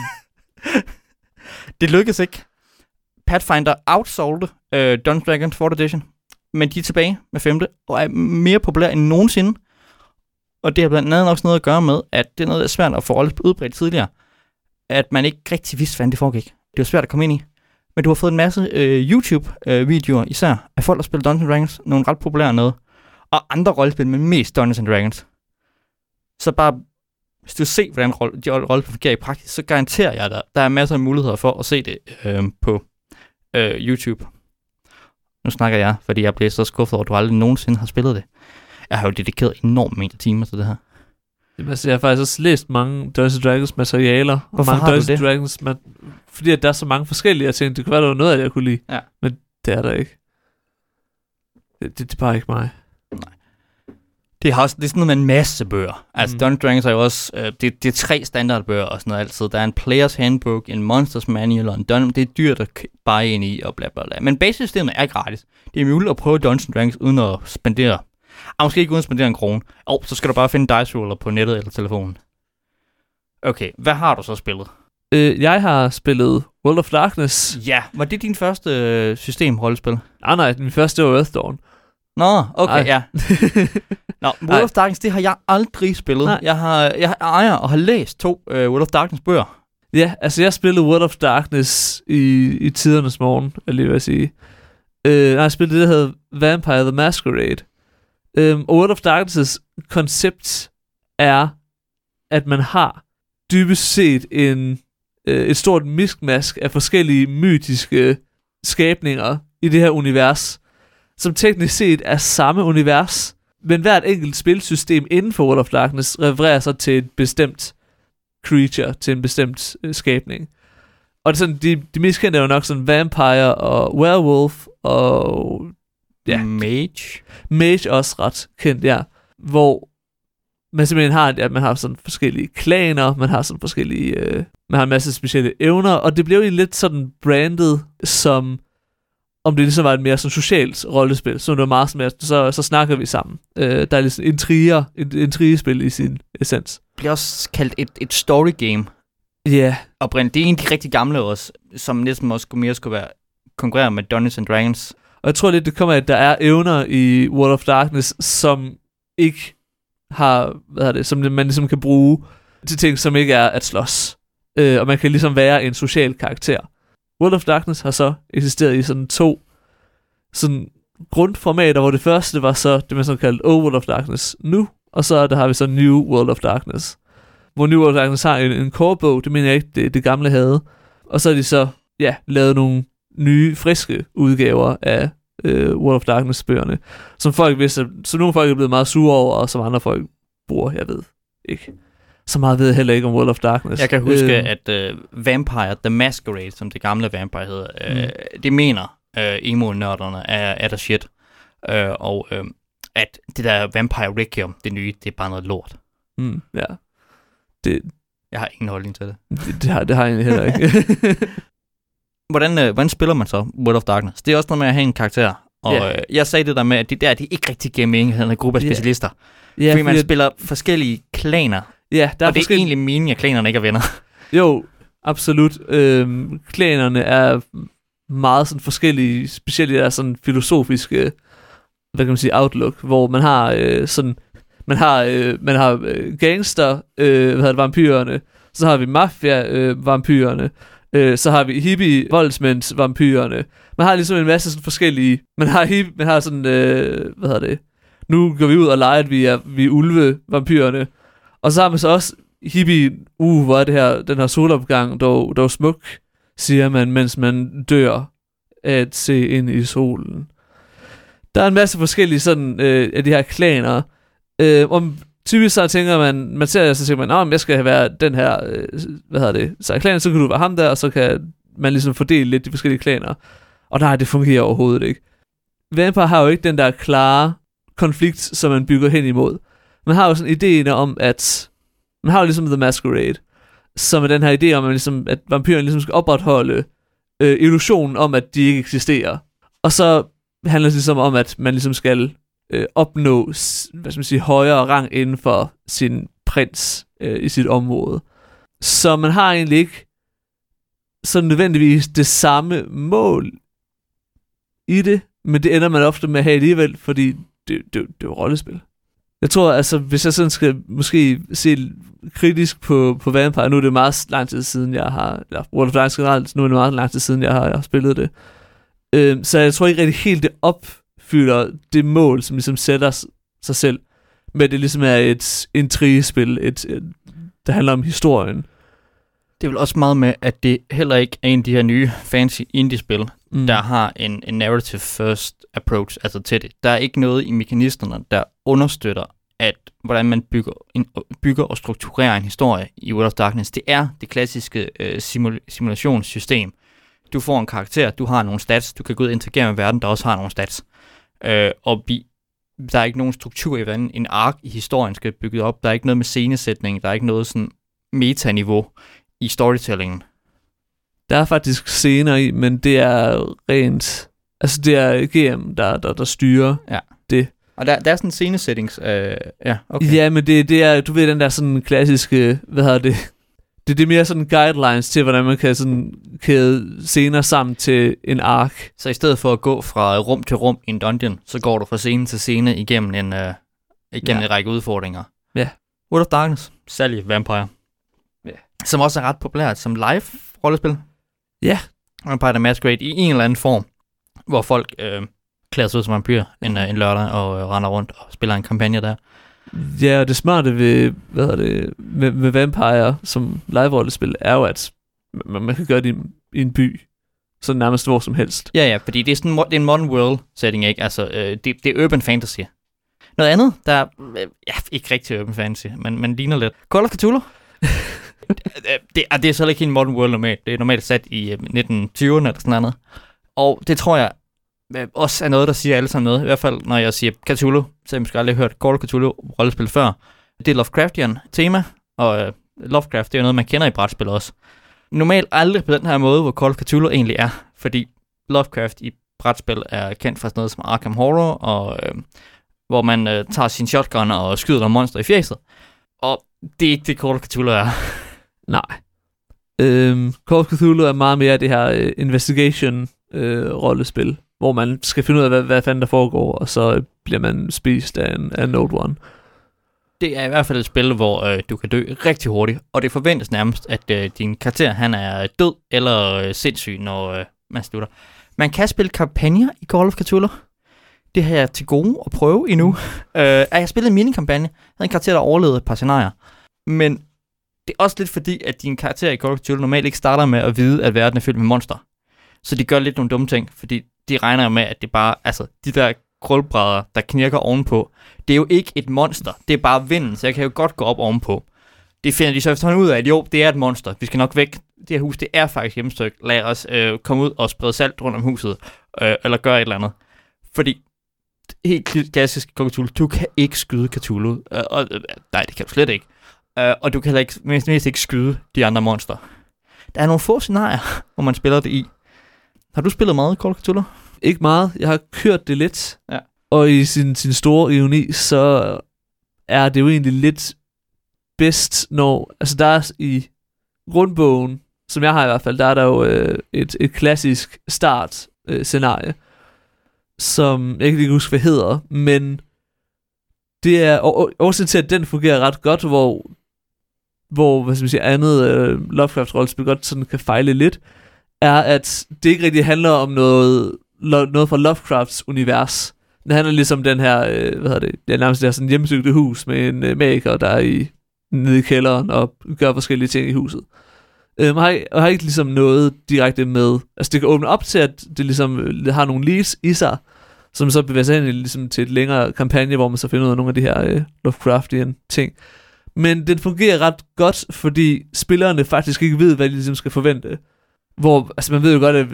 Det lykkedes ikke. Pathfinder outsold Dungeons & Dragons 4th edition, men de er tilbage med 5. og er mere populær end nogensinde. Og det har blandt andet også noget at gøre med, at det er noget, der er svært at få udbredt tidligere. At man ikke rigtig vidste, hvordan det foregik. Det var svært at komme ind i. Men du har fået en masse YouTube-videoer, især af folk, der spiller Dungeons & Dragons. Nogle ret populære noget. Og andre rollespil, men mest Dungeons & Dragons. Så bare, hvis du ser, hvordan de rollespil fungerer i praksis, så garanterer jeg dig, der er masser af muligheder for at se det på YouTube. Nu snakker jeg, fordi jeg blev så skuffet over, at du aldrig nogensinde har spillet det. Jeg har jo dedikeret enormt mængde timer til det her. Jamen, altså, jeg har faktisk også læst mange Dungeons & Dragons materialer. Hvorfor mange har Dungeons du det? Dragons, fordi at der er så mange forskellige. Jeg tænkte, det kunne være, der var noget, jeg kunne lide. Ja. Men det er der ikke. Det er bare ikke mig. Nej. Det er sådan noget med en masse bøger. Altså, Dungeons & Dragons er jo også... det er 3 standardbøger og sådan noget altid. Der er en Player's Handbook, en Monsters Manual og en Dungeon. Det er dyrt at bare ind i og bla bla bla. Men basissystemet er gratis. Det er muligt at prøve Dungeons & Dragons uden at spendere... måske ikke uden at spendere en krone. Så skal du bare finde dice roller på nettet eller telefonen. Okay, hvad har du så spillet? Jeg har spillet World of Darkness. Ja, var det din første system-rollespil? Nej, min første var Earthdawn. Nå, okay, ja. Nå, World of Darkness, det har jeg aldrig spillet. Nej. Jeg ejer og har læst 2 World of Darkness bøger. Ja, altså jeg spillede World of Darkness i tidernes morgen, jeg lige vil sige. Jeg spillede det, der hedder Vampire the Masquerade. Og World of Darkness' koncept er, at man har dybest set et stort miskmask af forskellige mytiske skabninger i det her univers, som teknisk set er samme univers, men hvert enkelt spilsystem inden for World of Darkness refererer sig til et bestemt creature, til en bestemt skabning. Og det er sådan, de mest kendte er jo nok sådan vampire og werewolf og... ja. Mage også ret kendt, ja. Hvor man simpelthen har, at man har sådan forskellige klaner, man har sådan forskellige... man har en masse specielle evner, og det blev jo lidt sådan brandet som... om det ligesom var et mere sådan socialt rollespil, så det var meget sådan, så snakker vi sammen. Der er ligesom intrigespil i sin essens. Det bliver også kaldt et story game. Ja. Yeah. Oprindeligt. Det er en af de rigtig gamle også, som næsten også skulle være konkurrere med Dungeons & Dragons. Og jeg tror lidt, det kommer af, at der er evner i World of Darkness, som ikke har, som man ligesom kan bruge til ting, som ikke er at slås. Og man kan ligesom være en social karakter. World of Darkness har så eksisteret i sådan 2 sådan grundformater, hvor det første var så det, man så kaldte Old World of Darkness nu, og så der har vi så New World of Darkness. Hvor New World of Darkness har en core-bog, det mener jeg ikke, det gamle havde. Og så har de så, lavet nogle nye, friske udgaver af World of Darkness-bøgerne, som nogle folk er blevet meget sure over, og som andre folk bruger, jeg ved ikke. Så meget ved jeg heller ikke om World of Darkness. Jeg kan huske, at Vampire the Masquerade, som det gamle Vampire hedder, det mener emo-nørderne er der shit. Og at det der Vampire Requiem, det nye, det er bare noget lort. Ja. Jeg har ingen holdning til det. Det har jeg egentlig heller ikke. Hvordan spiller man så World of Darkness? Det er også noget med at have en karakter. Og jeg sagde det der med, at det er ikke rigtig gaming, en gruppe af specialister. Fordi man spiller forskellige klaner. Ja, og det er egentlig meningen, at klanerne ikke er venner. Jo, absolut. Klanerne er meget sådan forskellige, specielt der sådan filosofiske, hvad kan man sige, outlook, hvor man har man har gangster, vampyrerne, så har vi mafia vampyrerne, så har vi hippie voldsmænds vampyrerne. Man har ligesom en masse sådan forskellige, man har sådan nu går vi ud og leger, at vi er ulve vampyrerne. Og så har man så også hippie, hvor er det her, den her solopgang, dog smuk, siger man, mens man dør at se ind i solen. Der er en masse forskellige sådan, af de her klaner. Typisk så tænker man ser det, så tænker man, jeg skal være den her, så klanen, så kan du være ham der, og så kan man ligesom fordele lidt de forskellige klaner. Og nej, det fungerer overhovedet ikke. Vampire har jo ikke den der klare konflikt, som man bygger hen imod. Man har jo sådan ideen om, at man har jo ligesom The Masquerade, som er den her idé om, at vampyrerne ligesom skal opretholde illusionen om, at de ikke eksisterer. Og så handler det ligesom om, at man ligesom skal opnå, hvad skal man sige, højere rang inden for sin prins i sit område. Så man har egentlig ikke så nødvendigvis det samme mål i det, men det ender man ofte med at have alligevel, fordi det er jo rollespil. Jeg tror, altså, hvis jeg sådan skal måske se kritisk på Vampire, nu er det meget lang tid siden, jeg har, eller World of Darkness generelt, nu er det meget lang tid siden, jeg har spillet det. Så jeg tror ikke rigtig helt, det opfylder det mål, som ligesom sætter sig selv, men det ligesom er et intrigespil, der handler om historien. Det er vel også meget med, at det heller ikke er en af de her nye fancy indie-spil, der har en narrative first approach altså til det. Der er ikke noget i mekanismerne, der understøtter, hvordan man bygger og strukturerer en historie i World of Darkness. Det er det klassiske simulationssystem. Du får en karakter, du har nogle stats, du kan gå ud og interagere med verden, der også har nogle stats. Der er ikke nogen struktur i, hvordan en ark i historien skal bygget op. Der er ikke noget med scenesætning, der er ikke noget sådan metaniveau i storytellingen. Der er faktisk scener i, men det er rent... Altså, det er GM, der styrer det. Og der er sådan en scenesettings... okay. Ja, men det er... Du ved, den der sådan klassiske... Hvad hedder det? Det er mere sådan guidelines til, hvordan man kan sådan kæde scener sammen til en ark. Så i stedet for at gå fra rum til rum i en dungeon, så går du fra scene til scene igennem en række udfordringer. Ja. World of Darkness, særlig Vampire. Ja. Som også er ret populært som live-rollespil. Ja. Vampire the Masquerade i en eller anden form, hvor folk klæder sig ud som vampyr en lørdag og render rundt og spiller en kampagne der. Ja, og det smarte ved, med Vampire som live-rollespil er jo, at man kan gøre det i en by, så nærmest hvor som helst. Ja, fordi det er sådan det er en modern world setting, ikke? Altså, det er urban fantasy. Noget andet, der er ikke rigtig urban fantasy, men ligner lidt. Call of Cthulhu. det er så ikke en modern world normalt. Det er normalt sat i 1920'erne eller sådan noget. Og det tror jeg også er noget, der siger alle sammen noget. I hvert fald, når jeg siger Cthulhu, så har jeg måske aldrig hørt Call of Cthulhu rollespil før. Det er Lovecraftian tema, og Lovecraft, det er noget, man kender i brætspil også. Normalt aldrig på den her måde, hvor Call of Cthulhu egentlig er, fordi Lovecraft i brætspil er kendt for sådan noget som Arkham Horror, og hvor man tager sin shotgun og skyder nogle monster i fjeset. Og det er ikke det, Call of Cthulhu er. Nej. Call of Cthulhu er meget mere det her investigation-rollespil, hvor man skal finde ud af, hvad fanden der foregår, og så bliver man spist af en Note One. Det er i hvert fald et spil, hvor du kan dø rigtig hurtigt, og det forventes nærmest, at din karakter han er død eller sindssyg, når man slutter. Man kan spille kampagner i Call of Cthulhu. Det har jeg til gode at prøve endnu. Jeg har spillet en minikampagne. Jeg havde en karakter, der overlevede et par scenarier. Men det er også lidt fordi, at din karakter i Call of Cthulhu normalt ikke starter med at vide, at verden er fyldt med monster. Så de gør lidt nogle dumme ting, fordi de regner jo med, at det bare, altså de der krølbrædder, der knirker ovenpå, det er jo ikke et monster, det er bare vinden, så jeg kan jo godt gå op ovenpå. Det finder de så efterhånden ud af, at jo, det er et monster, vi skal nok væk. Det her hus, det er faktisk hjemstøgt. Lad os komme ud og sprede salt rundt om huset, eller gøre et eller andet. Fordi, helt klassisk Cthulhu, du kan ikke skyde Cthulhu. Nej, det kan du slet ikke. Og du kan heller ikke, mest ikke skyde de andre monster. Der er nogle få scenarier, hvor man spiller det i. Har du spillet meget Call of Cthulhu? Ikke meget. Jeg har kørt det lidt. Ja. Og i sin store ironi, så er det jo egentlig lidt bedst, når... Altså der er i grundbogen, som jeg har i hvert fald, der er der jo et klassisk start-scenarie, som jeg ikke lige huske, hvad hedder, men det er også til, at den fungerer ret godt, hvor hvad skal man sige, andet Lovecraft-rollespil godt sådan kan fejle lidt, er, at det ikke rigtig handler om noget fra Lovecrafts univers. Det handler ligesom den her, det er nærmest det her sådan hjemmesøgte hus med en magiker, der er nede i kælderen og gør forskellige ting i huset. Og har ikke ligesom noget direkte med, altså det kan åbne op til, at det ligesom har nogle leads i sig, som så bevæger sig hen ligesom til et længere kampagne, hvor man så finder ud af nogle af de her Lovecraftian ting. Men den fungerer ret godt, fordi spillerne faktisk ikke ved, hvad de ligesom skal forvente. Hvor, altså man ved jo godt, at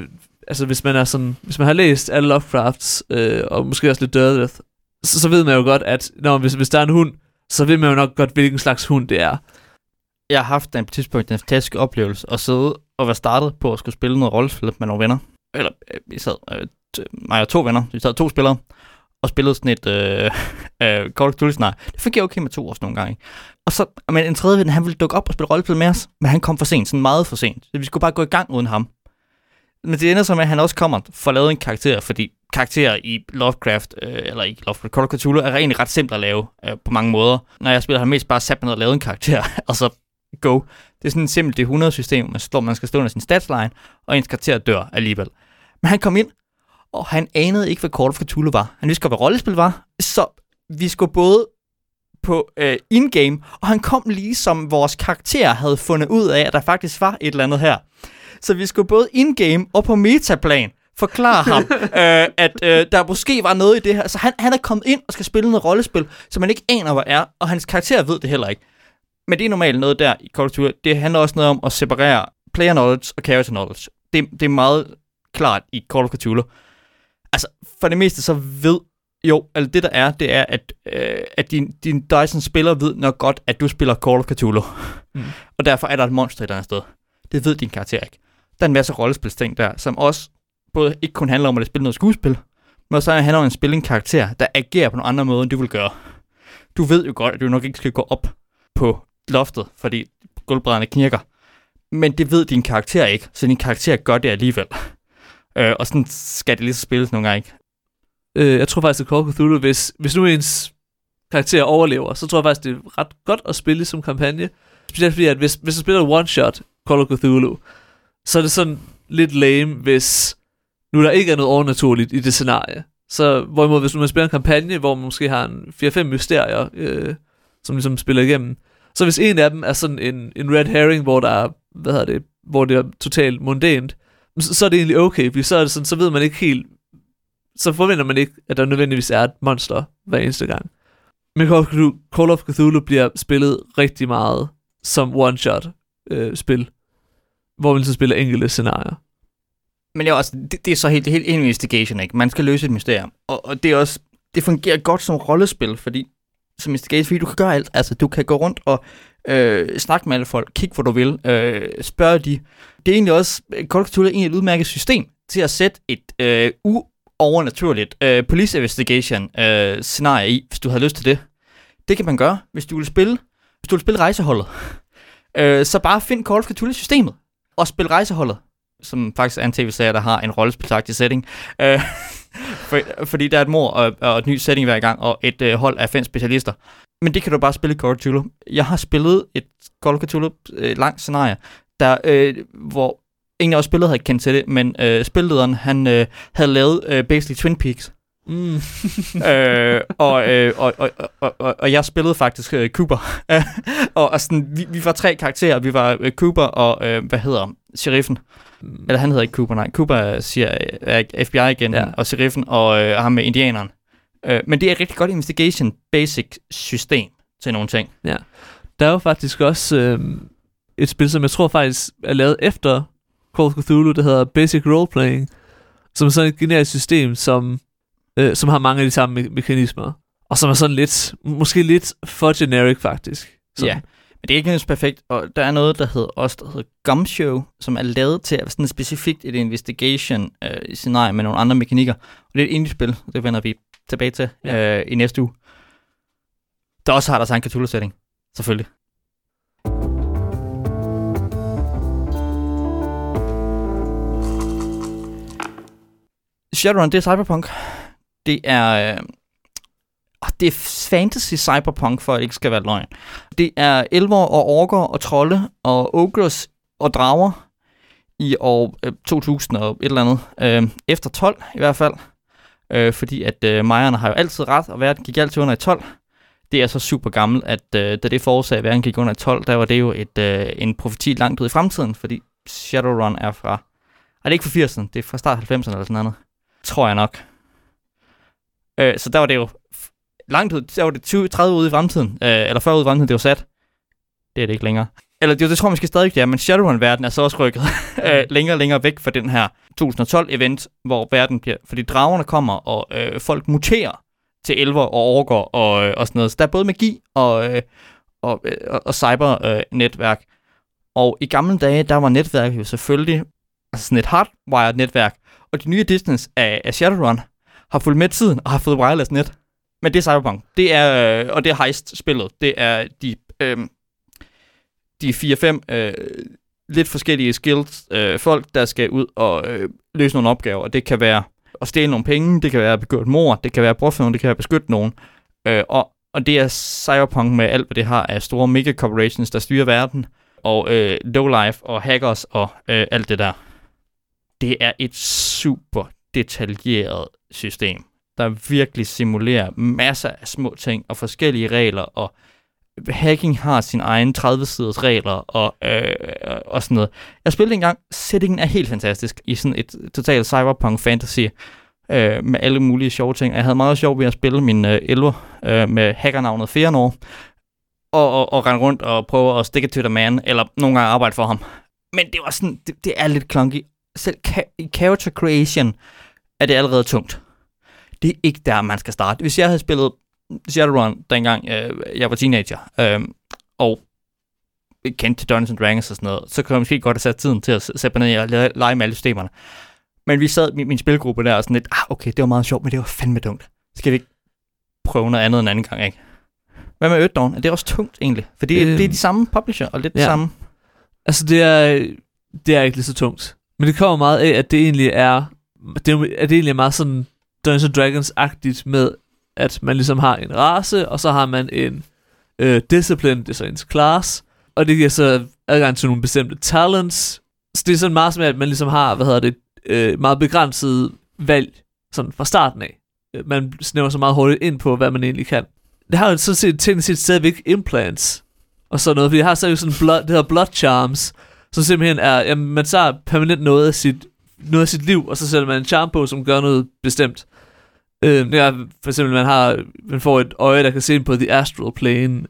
altså hvis man har læst alle Lovecrafts, og måske også lidt Derleth, så ved man jo godt, at hvis der er en hund, så ved man jo nok godt, hvilken slags hund det er. Jeg har haft på et tidspunkt den fantastiske oplevelse at sidde og være startet på at skulle spille noget rollespil med nogle venner. Eller vi sad, mig og 2 venner, vi sad 2 spillere, og spillede sådan et Call of Duty-scenarie. Det fik jeg okay med 2 også nogle gange. Og så, men en tredje ven, han ville dukke op og spille rollespil med os, men han kom for sent, sådan meget for sent. Så vi skulle bare gå i gang uden ham. Men det ender så med, at han også kommer for at lave en karakter, fordi karakterer i Lovecraft, eller ikke Lovecraft, Call of Cthulhu, er egentlig ret simpelt at lave på mange måder. Når jeg spiller, har mest bare sat mig ned og lavet en karakter, og så go. Det er sådan et simpelt D100-system, man skal stå under sin statsline, og ens karakter dør alligevel. Men han kom ind, og han anede ikke, hvad Call of Cthulhu var. Han vidste godt, hvad rollespil var, så vi skulle både på in-game, og han kom lige som vores karakter havde fundet ud af, at der faktisk var et eller andet her. Så vi skulle både in-game og på metaplan forklare ham, at der måske var noget i det her. Så han er kommet ind og skal spille noget rollespil, som man ikke aner, hvad er, og hans karakter ved det heller ikke. Men det er normalt noget der i Call of Cthulhu. Det handler også noget om at separere player knowledge og character knowledge. Det er meget klart i Call of Cthulhu. Altså, for det meste så ved altså det der er, det er, at din Dyson-spiller ved nok godt, at du spiller Call of Cthulhu. Og derfor er der et monster et andet sted. Det ved din karakter ikke. Der er en masse rollespilsting der, som også både ikke kun handler om at spille noget skuespil, men også handler om at spille en karakter, der agerer på nogle andre måder, end du vil gøre. Du ved jo godt, at du nok ikke skal gå op på loftet, fordi gulvbrædderne knirker. Men det ved din karakter ikke, så din karakter gør det alligevel. Og sådan skal det lige så spilles nogle gange. Jeg tror faktisk, at Call of Cthulhu, hvis nu ens karakter overlever, så tror jeg faktisk, det er ret godt at spille som kampagne. Specielt fordi, at hvis du spiller one-shot Call of Cthulhu, så er det sådan lidt lame, hvis nu der ikke er noget overnaturligt i det scenarie. Så hvorimod, hvis man spiller en kampagne, hvor man måske har en 4-5 mysterier, som ligesom spiller igennem, så hvis en af dem er sådan en red herring, hvor der er, hvor det er totalt mundant, så er det egentlig okay, fordi så er det sådan, så ved man ikke helt, så forventer man ikke, at der nødvendigvis er et monster hver eneste gang. Men Call of Cthulhu bliver spillet rigtig meget som one-shot spil, hvor man så spiller enkelte scenarier. Men det er så helt investigation, ikke? Man skal løse et mysterium. Og det er også, det fungerer godt som rollespil, fordi som investigation, fordi du kan gøre alt. Altså, du kan gå rundt og snakke med alle folk, kigge hvor du vil, spørge de. Det er egentlig også, Call of Cthulhu er egentlig et udmærket system til at sætte et overnaturligt police investigation scenarie i, hvis du har lyst til det. Det kan man gøre, hvis du vil spille rejseholdet. Så bare find Call of Cthulhu-systemet og spil rejseholdet, som faktisk er en tv-serie, der har en rollespilsagtig setting. Fordi der er et mord og et ny setting hver gang, og et hold af 5 specialister. Men det kan du bare spille i Call of Cthulhu. Jeg har spillet et Call of Cthulhu langt scenarie, der, hvor ingen af os spillere havde kendt til det, men spillederen, han havde lavet basically Twin Peaks. Og jeg spillede faktisk Cooper. og sådan, vi var 3 karakterer. Vi var Cooper og, sheriffen. Eller han hedder ikke Cooper, nej. Cooper er FBI igen, ja. Og sheriffen og ham med indianeren. Men det er et rigtig godt investigation basic system til nogle ting. Ja. Der er jo faktisk også et spil, som jeg tror faktisk er lavet efter Call of Cthulhu, der hedder Basic Roleplaying, som er sådan et generisk system, som har mange af de samme mekanismer, og som er sådan lidt, måske lidt for generic faktisk. Sådan. Ja, men det er ikke helt perfekt, og der er noget, der hedder Gumshoe, som er lavet til at sådan specifikt et investigation scenarie med nogle andre mekanikker, og det er et indie-spil, det vender vi tilbage til i næste uge. Der også har der en Cthulhu-setting, selvfølgelig. Shadowrun, det er cyberpunk. Det er fantasy cyberpunk, for at det ikke skal være løgn. Det er elver og orker og trolde og ogres og drager i år 2000 og et eller andet. Efter 12 i hvert fald. Fordi at Majerne har jo altid ret, og verden gik altid under i 12. Det er så super gammelt, at da det forårsag, at verden gik under i 12, der var det jo en profeti langt ud i fremtiden, fordi Shadowrun er fra... det er ikke fra 80'erne, det er fra start 90'erne eller sådan noget. Tror jeg nok. Så der var det jo langt ud, der var det 20-30 ude i fremtiden, eller 40 ude i fremtiden, det var sat. Det er det ikke længere. Eller det tror jeg måske stadig, ja, men Shadowrun-verden er så også rykket længere og længere væk fra den her 2012-event, hvor verden bliver... Fordi dragerne kommer, og folk muterer til elver og orker og sådan noget. Så der er både magi og cybernetværk. Og i gamle dage, der var netværket jo selvfølgelig altså sådan et hardwired netværk. Og de nye editions af Shadowrun har fulgt med tiden og har fået wireless net. Men det er Cyberpunk. Det er, og det er Heist-spillet. Det er de 4-5 lidt forskellige skills folk, der skal ud og løse nogle opgaver. Det kan være at stjæle nogle penge, det kan være at begå et mord, det kan være at bruge nogen, det kan være at beskytte nogen. Og det er Cyberpunk med alt, hvad det har af store mega-corporations, der styrer verden, og lowlife og hackers og alt det der. Det er et super detaljeret system, der virkelig simulerer masser af små ting og forskellige regler, og hacking har sin egen 30-siders regler og sådan noget. Jeg spillede engang, settingen er helt fantastisk i sådan et totalt cyberpunk fantasy med alle mulige sjove ting. Jeg havde meget sjov ved at spille min elver med hackernavnet Feanor og rende rundt og prøve at stick it to the man, eller nogle gange arbejde for ham. Men det var sådan, det er lidt clunky. Selv i character creation er det allerede tungt. Det er ikke der, man skal starte. Hvis jeg havde spillet Shadowrun, dengang jeg var teenager, og kendte til Dungeons & Dragons og sådan noget, så kunne jeg måske godt have sat tiden til at sætte ned og lege med alle systemerne. Men vi sad min spilgruppe der og sådan lidt, okay, det var meget sjovt, men det var fandme dumt. Skal vi ikke prøve noget andet en anden gang, ikke? Hvad med Earthdawn? Er det også tungt egentlig? For det er de samme publisher, og lidt det samme. Altså, det er ikke lige så tungt. Men det kommer meget af, at det egentlig er meget sådan Dungeons & Dragons-agtigt med, at man ligesom har en race, og så har man en discipline, det er så ens class, og det giver så adgang til nogle bestemte talents. Så det er sådan meget som at man ligesom har, meget begrænset valg sådan fra starten af. Man snæver så meget hurtigt ind på, hvad man egentlig kan. Det har jo sådan set teknisk set stadigvæk implants og sådan noget, fordi jeg har stadig sådan det hedder blood charms, så simpelthen er, jamen, man tager permanent noget af sit liv, og så sætter man en charm på, som gør noget bestemt. Det er for eksempel, man får et øje, der kan se ind på the astral plane,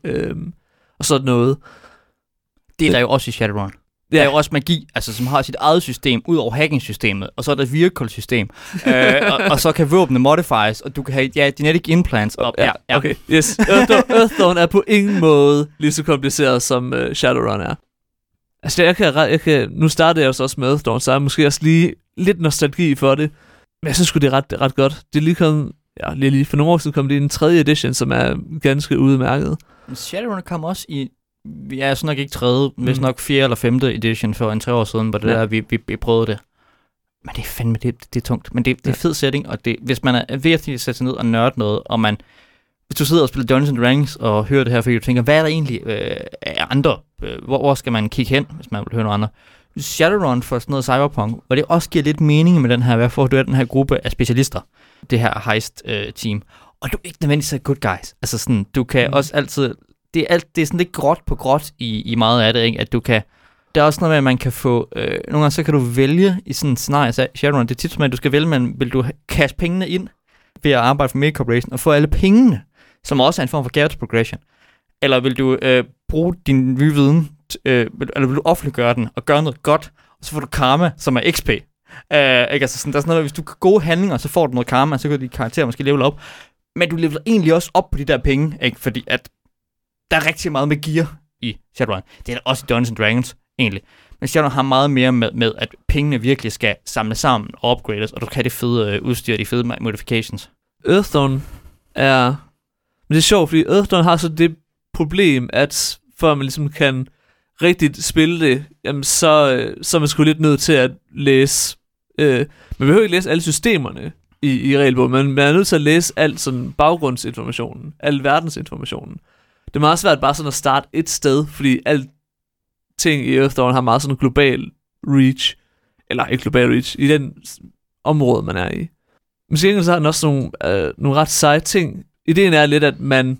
og sådan noget. Det er der jo også i Shadowrun. Der er jo også magi, altså, som har sit eget system, ud over hacking-systemet, og så er der et vehicle-system, og så kan våbne modifies, og du kan have genetic implants. Okay, yes. Earthdawn er på ingen måde lige så kompliceret, som Shadowrun er. Altså, jeg kan, nu startede jeg også med Earthdawn, så er måske også lige lidt nostalgi for det, men jeg synes sgu, det er ret godt. Det er lige kommet, lige for nogle år siden kom det i en 3. edition, som er ganske udmærket. Shadowrun kom også i, vi er sådan nok ikke 3., hvis nok 4. eller 5. edition for en 3 år siden, hvor det der, vi prøvede det. Men det er fandme, det er tungt. Men det er fed setting, og det, hvis man er ved at sætte sig ned og nørde noget, og hvis du sidder og spiller Dungeons & Dragons og hører det her, fordi du tænker, hvad er der egentlig af andre? Hvor skal man kigge hen, hvis man vil høre noget andet? Shadowrun for sådan noget cyberpunk, hvor det også giver lidt mening med den her, hvorfor du er den her gruppe af specialister, det her heist-team. Og du er ikke nødvendigvis good guys. Altså sådan, du kan også altid... Det er sådan lidt gråt på gråt i meget af det, ikke? At du kan... Der er også noget med, at man kan få... nogle gange så kan du vælge i sådan et scenarie, så Shadowrun, det er tit som, at du skal vælge, men vil du cash pengene ind ved at arbejde for Mega Corporation og få alle pengene, som også er en form for character progression? Eller vil du bruge din nye viden, eller vil du offentliggøre den og gøre noget godt, og så får du karma, som er XP? Ikke? Altså sådan, der er sådan noget, hvis du kan gode handlinger, så får du noget karma, så kan de karakterer måske level op. Men du leveler egentlig også op på de der penge, ikke? Fordi at der er rigtig meget med gear i Shadowrun. Det er der også i Dungeons & Dragons, egentlig. Men Shadowrun har meget mere med, at pengene virkelig skal samles sammen og upgrades, og du kan det fede udstyr, de fede modifications. Earthdawn er... Men det er sjovt, fordi Earthdawn har så det problem, at før man ligesom kan rigtigt spille det, jamen så er man sgu lidt nødt til at læse... man behøver ikke læse alle systemerne i regelbogen, men man er nødt til at læse alt sådan baggrundsinformationen, al verdensinformationen. Det er meget svært bare sådan at starte et sted, fordi alt ting i Earthdawn har meget sådan en global reach, eller ikke global reach, i den område, man er i. Men så har den også nogle ret seje ting. Ideen er lidt, at man,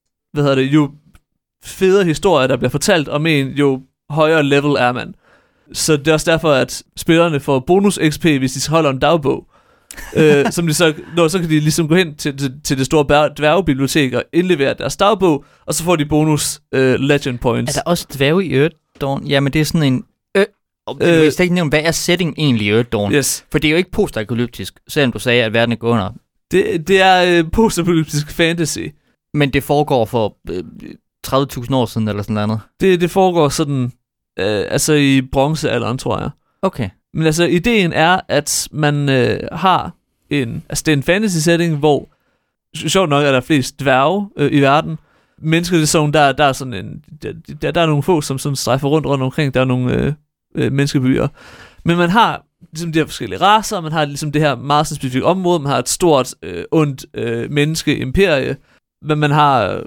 jo federe historier, der bliver fortalt om en, jo højere level er man. Så det er også derfor, at spillerne får bonus XP, hvis de holder en dagbog. Som de så kan de ligesom gå hen til det store dværgebibliotek og indlevere deres dagbog, og så får de bonus legend points. Er der også dværge i Dawn, jamen det er sådan en... Jeg skal ikke nævne, hvad er setting egentlig i Earth Dawn? Yes. For det er jo ikke postapokalyptisk, selvom du sagde, at verden er gået under. Det er postapokalyptisk fantasy. Men det foregår for 30.000 år siden, eller sådan noget. Det foregår sådan, altså i bronzealderen, tror jeg. Okay. Men altså, ideen er, at man har det er en fantasy setting, hvor sjovt nok er der flest dværge i verden. Mennesker, det er sådan, der er sådan en, der er nogle få, som sådan strejfer rundt omkring. Der er nogle menneskebyer. Men man har ligesom de her forskellige racer, man har ligesom det her meget specifikke område, man har et stort, ondt menneskeimperie, men man har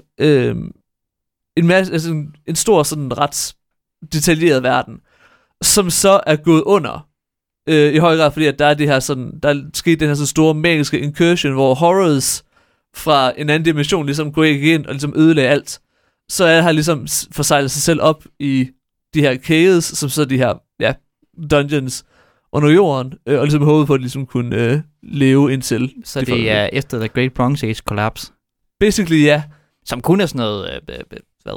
en masse, altså en stor sådan ret detaljeret verden, som så er gået under i høj grad, fordi at der er det her sådan, der er sket den her så store magiske incursion, hvor horrors fra en anden dimension ligesom går ind og ligesom ødelagde alt. Så har ligesom forsejlet sig selv op i de her caves, som så de her dungeons under jorden, og ligesom håbet på at ligesom kunne leve indtil. Så det er efter The Great Bronze Age Collapse? Basically, ja. Som kun er sådan noget, hvad?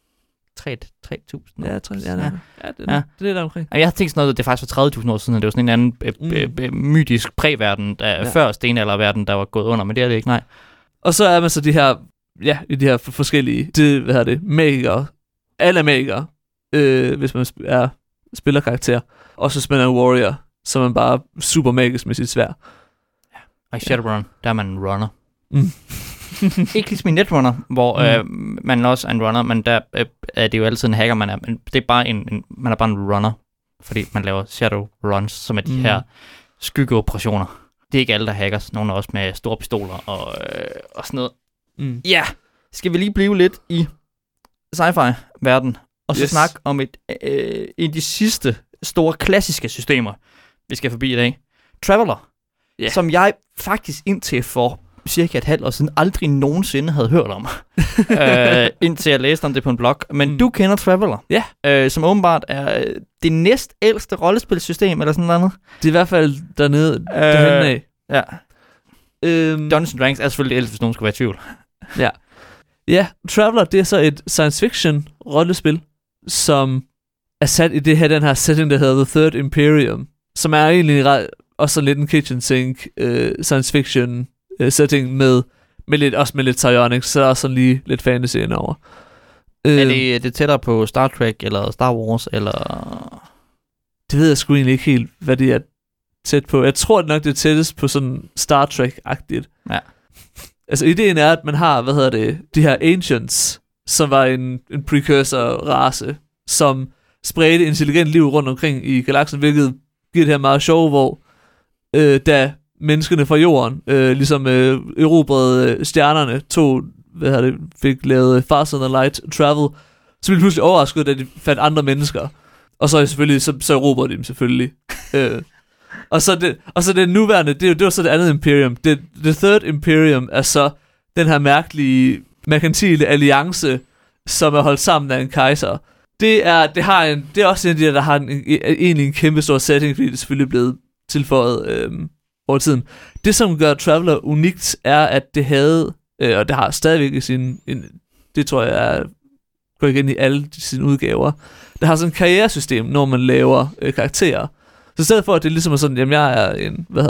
3.000? Ja, det er der omkring. Jeg har tænkt sådan noget, det faktisk var 30.000 år siden, og det var sådan en anden mytisk præverden, før stenalderverden, der var gået under, men det er det ikke, nej. Og så er man så de her, i de her forskellige, magikere. Alle magikere, hvis man er spillerkarakter. Og så spiller en warrior, så man bare super magisk med sit sværd. Og i Shadowrun, der er man en runner. Ikke ligesom i Netrunner, hvor man også er en runner, men der er det jo altid en hacker, man er. Men det er bare man er bare en runner, fordi man laver shadow runs, som er de her skyggeoperationer. Det er ikke alle, der hacker. Nogle er også med store pistoler og sådan noget. Ja, skal vi lige blive lidt i sci-fi-verden, og så snakke om en af de sidste store klassiske systemer, vi skal forbi i dag. Traveller, som jeg faktisk indtil for cirka et halvt år siden aldrig nogensinde havde hørt om, indtil jeg læste om det på en blog. Men du kender Traveller, som åbenbart er det næstældste rollespilsystem, eller sådan noget. Det er i hvert fald dernede af. Ja. Dungeons & Dragons er selvfølgelig det ældste, hvis nogen skulle være i tvivl. Ja, Traveller, det er så et science fiction rollespil, som er sat i den her setting, der hedder The Third Imperium, som er egentlig også lidt en kitchen sink science fiction setting med lidt psionics, så er der sådan lige lidt fantasy indover. Er det tættere på Star Trek eller Star Wars, eller? Det ved jeg sgu egentlig ikke helt, hvad det er tæt på. Jeg tror nok, det er tættest på sådan Star Trek-agtigt. Ja. Altså, ideen er, at man har, de her Ancients, som var en precursor-race, som spredte intelligent liv rundt omkring i galaksen, hvilket giver det her meget sjov, hvor da menneskene fra jorden ligesom erobrede stjernerne, fik lavet Faster Than Light Travel, så blev de pludselig overrasket, da de fandt andre mennesker. Og så selvfølgelig, så erobrede de dem selvfølgelig. Og så det nuværende, det var så det andet Imperium. The Third Imperium er så den her mærkelige, merkantile alliance, som er holdt sammen af en kejser. Det er også en af de der har egentlig en kæmpe stor setting, fordi det er selvfølgelig blevet tilføjet over tiden. Det, som gør Traveller unikt, er, at det havde, og det har stadigvæk i det tror jeg går igen i alle sine udgaver, det har sådan et karrieresystem, når man laver karakterer. Så i stedet for, at det ligesom er sådan, jamen jeg er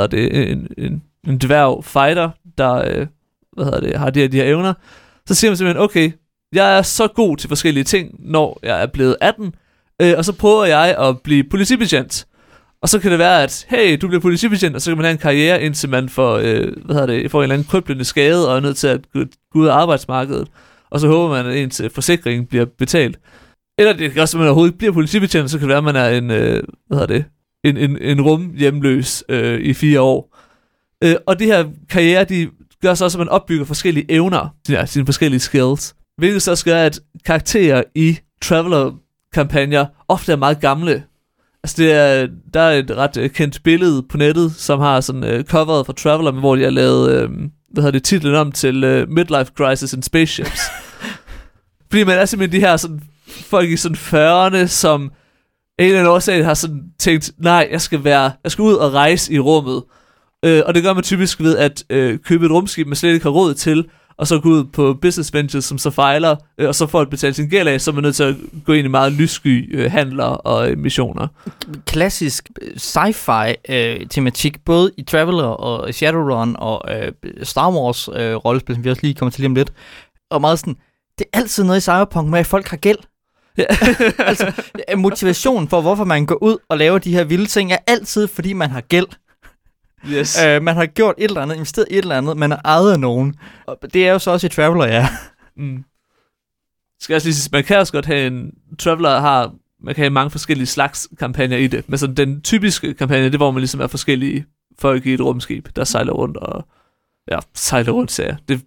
en dværg fighter, der har de her evner, så siger man simpelthen, okay, jeg er så god til forskellige ting, når jeg er blevet 18, og så prøver jeg at blive politibetjent. Og så kan det være, at hey, du bliver politibetjent, og så kan man have en karriere, indtil man får, får en eller anden krøblende skade, og er nødt til at gå ud af arbejdsmarkedet. Og så håber man, at ens forsikring bliver betalt. Eller det kan også, at man overhovedet ikke bliver politibetjent, så kan det være, at man er en rumhjemløs i 4 år. Og de her karriere, de gør så også, at man opbygger forskellige evner, sine forskellige skills. Hvilket så også gør, at karakterer i Traveller-kampagner ofte er meget gamle. Altså der er et ret kendt billede på nettet, som har sådan coveret fra Traveller, hvor de har lavet, titlen om til Midlife Crisis in Spaceships. Fordi man er simpelthen de her sådan, folk i sådan 40'erne, som en eller anden årsag har sådan tænkt, nej, jeg skal ud og rejse i rummet. Og det gør man typisk ved at købe et rumskib, man slet ikke har råd til, og så gå ud på business ventures, som så fejler, og så får at betale sin gæld af, så er man nødt til at gå ind i meget lyssky handler og missioner. Klassisk sci-fi tematik, både i Traveler og Shadowrun og Star Wars rollespil, som vi også lige kommer til lige om lidt. Og meget sådan, det er altid noget i Cyberpunk med, at folk har gæld. Ja. Altså, motivationen for, hvorfor man går ud og laver de her vilde ting, er altid, fordi man har gæld. Yes. Man har gjort et eller andet, investeret i et eller andet, man har ejet af nogen. Og det er jo så også i Traveler, ja. Skal jeg lige sige, man kan også godt have en... Traveler man kan have mange forskellige slags kampagner i det. Men sådan den typiske kampagne, det hvor man ligesom er forskellige folk i et rumskib, der sejler rundt og... Ja, sejler rundt, sagde jeg. Det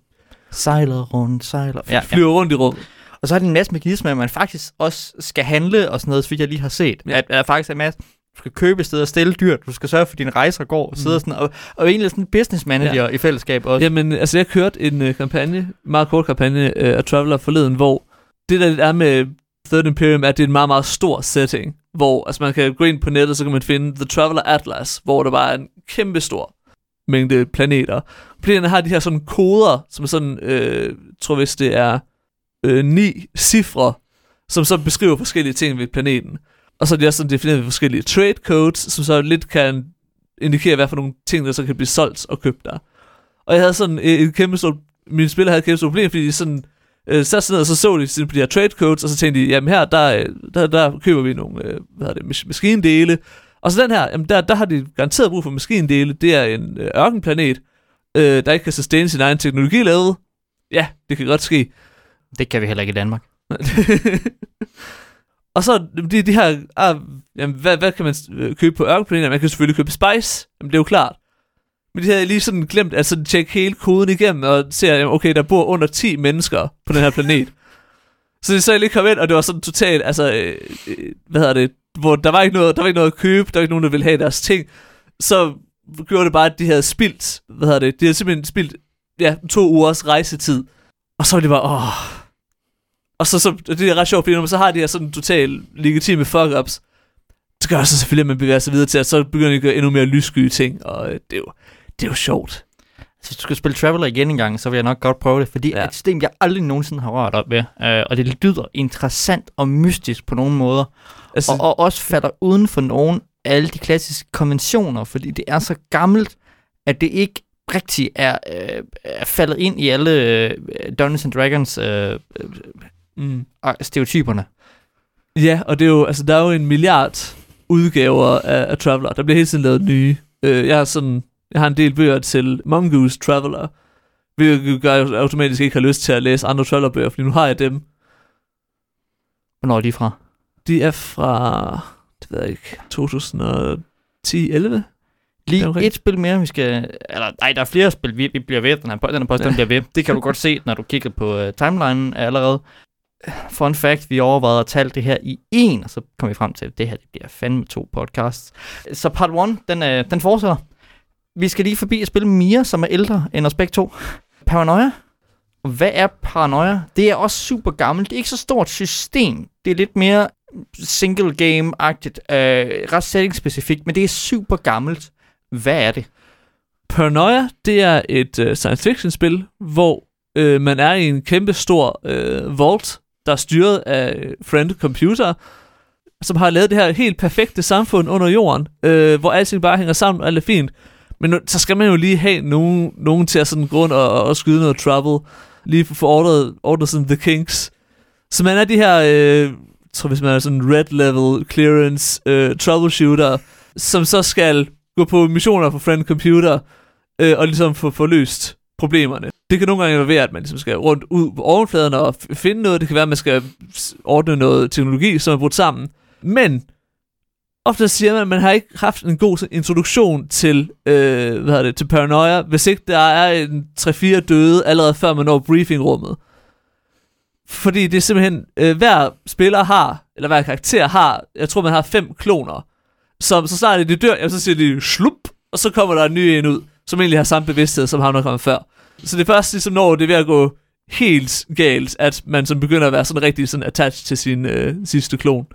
flyver rundt i rummet. Og så er det en masse mekanismer, at man faktisk også skal handle og sådan noget, så vidt jeg lige har set. Ja. At der faktisk er en masse... Du skal købe et sted og stille dyrt. Du skal sørge for, at dine rejser går. Og sidde sådan, og egentlig sådan en business manager i fællesskab også. Jamen, altså jeg kørte en kampagne, meget kort kampagne af Traveler forleden, hvor det der er med Third Imperium, at det er en meget, meget stor setting. Hvor altså man kan gå ind på nettet, så kan man finde The Traveler Atlas, hvor der bare er en kæmpe stor mængde planeter. Planeterne har de her sådan koder, som er sådan, tror hvis det er 9 cifre, som så beskriver forskellige ting ved planeten. Og så er de også sådan defineret ved forskellige trade codes, som så lidt kan indikere, hvad for nogle ting, der så kan blive solgt og købt der. Og jeg havde sådan et kæmpe stort... Mine spillere havde et kæmpe stort problem, fordi de sådan... satte sig ned, og så de på de her trade codes, og så tænkte de, jamen her, der køber vi nogle, maskindele. Og så den her, jamen der har de garanteret brug for maskindele. Det er en ørkenplanet, der ikke kan sustain sin egen teknologi lavet. Ja, det kan godt ske. Det kan vi heller ikke i Danmark. Og så de her, jamen, hvad kan man købe på ørkenplaneter? Man kan selvfølgelig købe spice, jamen det er jo klart. Men de havde lige sådan glemt at sådan tjekke hele koden igennem og ser, okay, der bor under 10 mennesker på den her planet. Så jeg lige kom ind, og det var sådan totalt, altså, hvor der var ikke noget at købe, der var ikke nogen, der ville have deres ting. Så gjorde det bare, at de havde spildt, de havde simpelthen spildt, 2 ugers rejsetid. Og så var det bare, Og så det er ret sjovt, fordi når så har de her sådan totalt legitime fuck-ups, så gør det så selvfølgelig, at man bevæger sig videre til, at så begynder de at gøre endnu mere lyssky ting, og det er jo sjovt. Hvis du skal spille Traveler igen en gang, så vil jeg nok godt prøve det, fordi det er et system, jeg aldrig nogensinde har rørt op med, og det lyder interessant og mystisk på nogle måder, altså, og også falder uden for nogle af alle de klassiske konventioner, fordi det er så gammelt, at det ikke rigtig er faldet ind i alle Dungeons & Dragons stereotyperne. Ja, og det er jo, altså der er jo 1 milliard udgaver af Traveler. Der bliver hele tiden lavet nye. Jeg har en del bøger til Mongoose Traveler, hvilket gør, at jeg automatisk ikke har lyst til at læse andre Traveler-bøger, fordi nu har jeg dem. Hvornår er de fra? De er fra, det ved jeg ikke, 2010-11. Lige et spil mere, vi skal... Eller, nej, der er flere spil, vi bliver ved. Den her post, den bliver ved. Det kan du godt se, når du kigger på timelinen allerede. Fun fact, vi overvejede at tale det her i 1, og så kom vi frem til, at det her det bliver fandme 2 podcasts. Så part 1, den fortsætter. Vi skal lige forbi at spille Mia, som er ældre end os begge 2. Paranoia. Hvad er Paranoia? Det er også super gammelt. Det er ikke så stort system. Det er lidt mere single game-agtigt. Ret setting-specifikt, men det er super gammelt. Hvad er det? Paranoia, det er et science fiction-spil, hvor man er i en kæmpe stor vault, der er styret af Friend Computer, som har lavet det her helt perfekte samfund under jorden, hvor alting bare hænger sammen, og alt er fint. Men nu, så skal man jo lige have nogen til at sådan gå rundt og skyde noget trouble, lige få ordnet sådan the kinks. Så man er de her, tror hvis man er sådan red level clearance troubleshooter, som så skal gå på missioner for Friend Computer, og ligesom få løst problemerne. Det kan nogle gange være, at man ligesom skal rundt ud på overfladen og finde noget. Det kan være, at man skal ordne noget teknologi, som er brudt sammen. Men ofte siger man, at man har ikke haft en god introduktion til, til Paranoia, hvis ikke der er en 3-4 døde, allerede før man når briefingrummet. Fordi det er simpelthen, hver spiller har, eller hver karakter har, jeg tror man har 5 kloner, som så snart de dør, så siger de slup, og så kommer der en ny en ud, som egentlig har samme bevidsthed, som ham der kom før. Så det er først ligesom, når det er ved at gå helt galt, at man så begynder at være sådan rigtig sådan attached til sin sidste klon.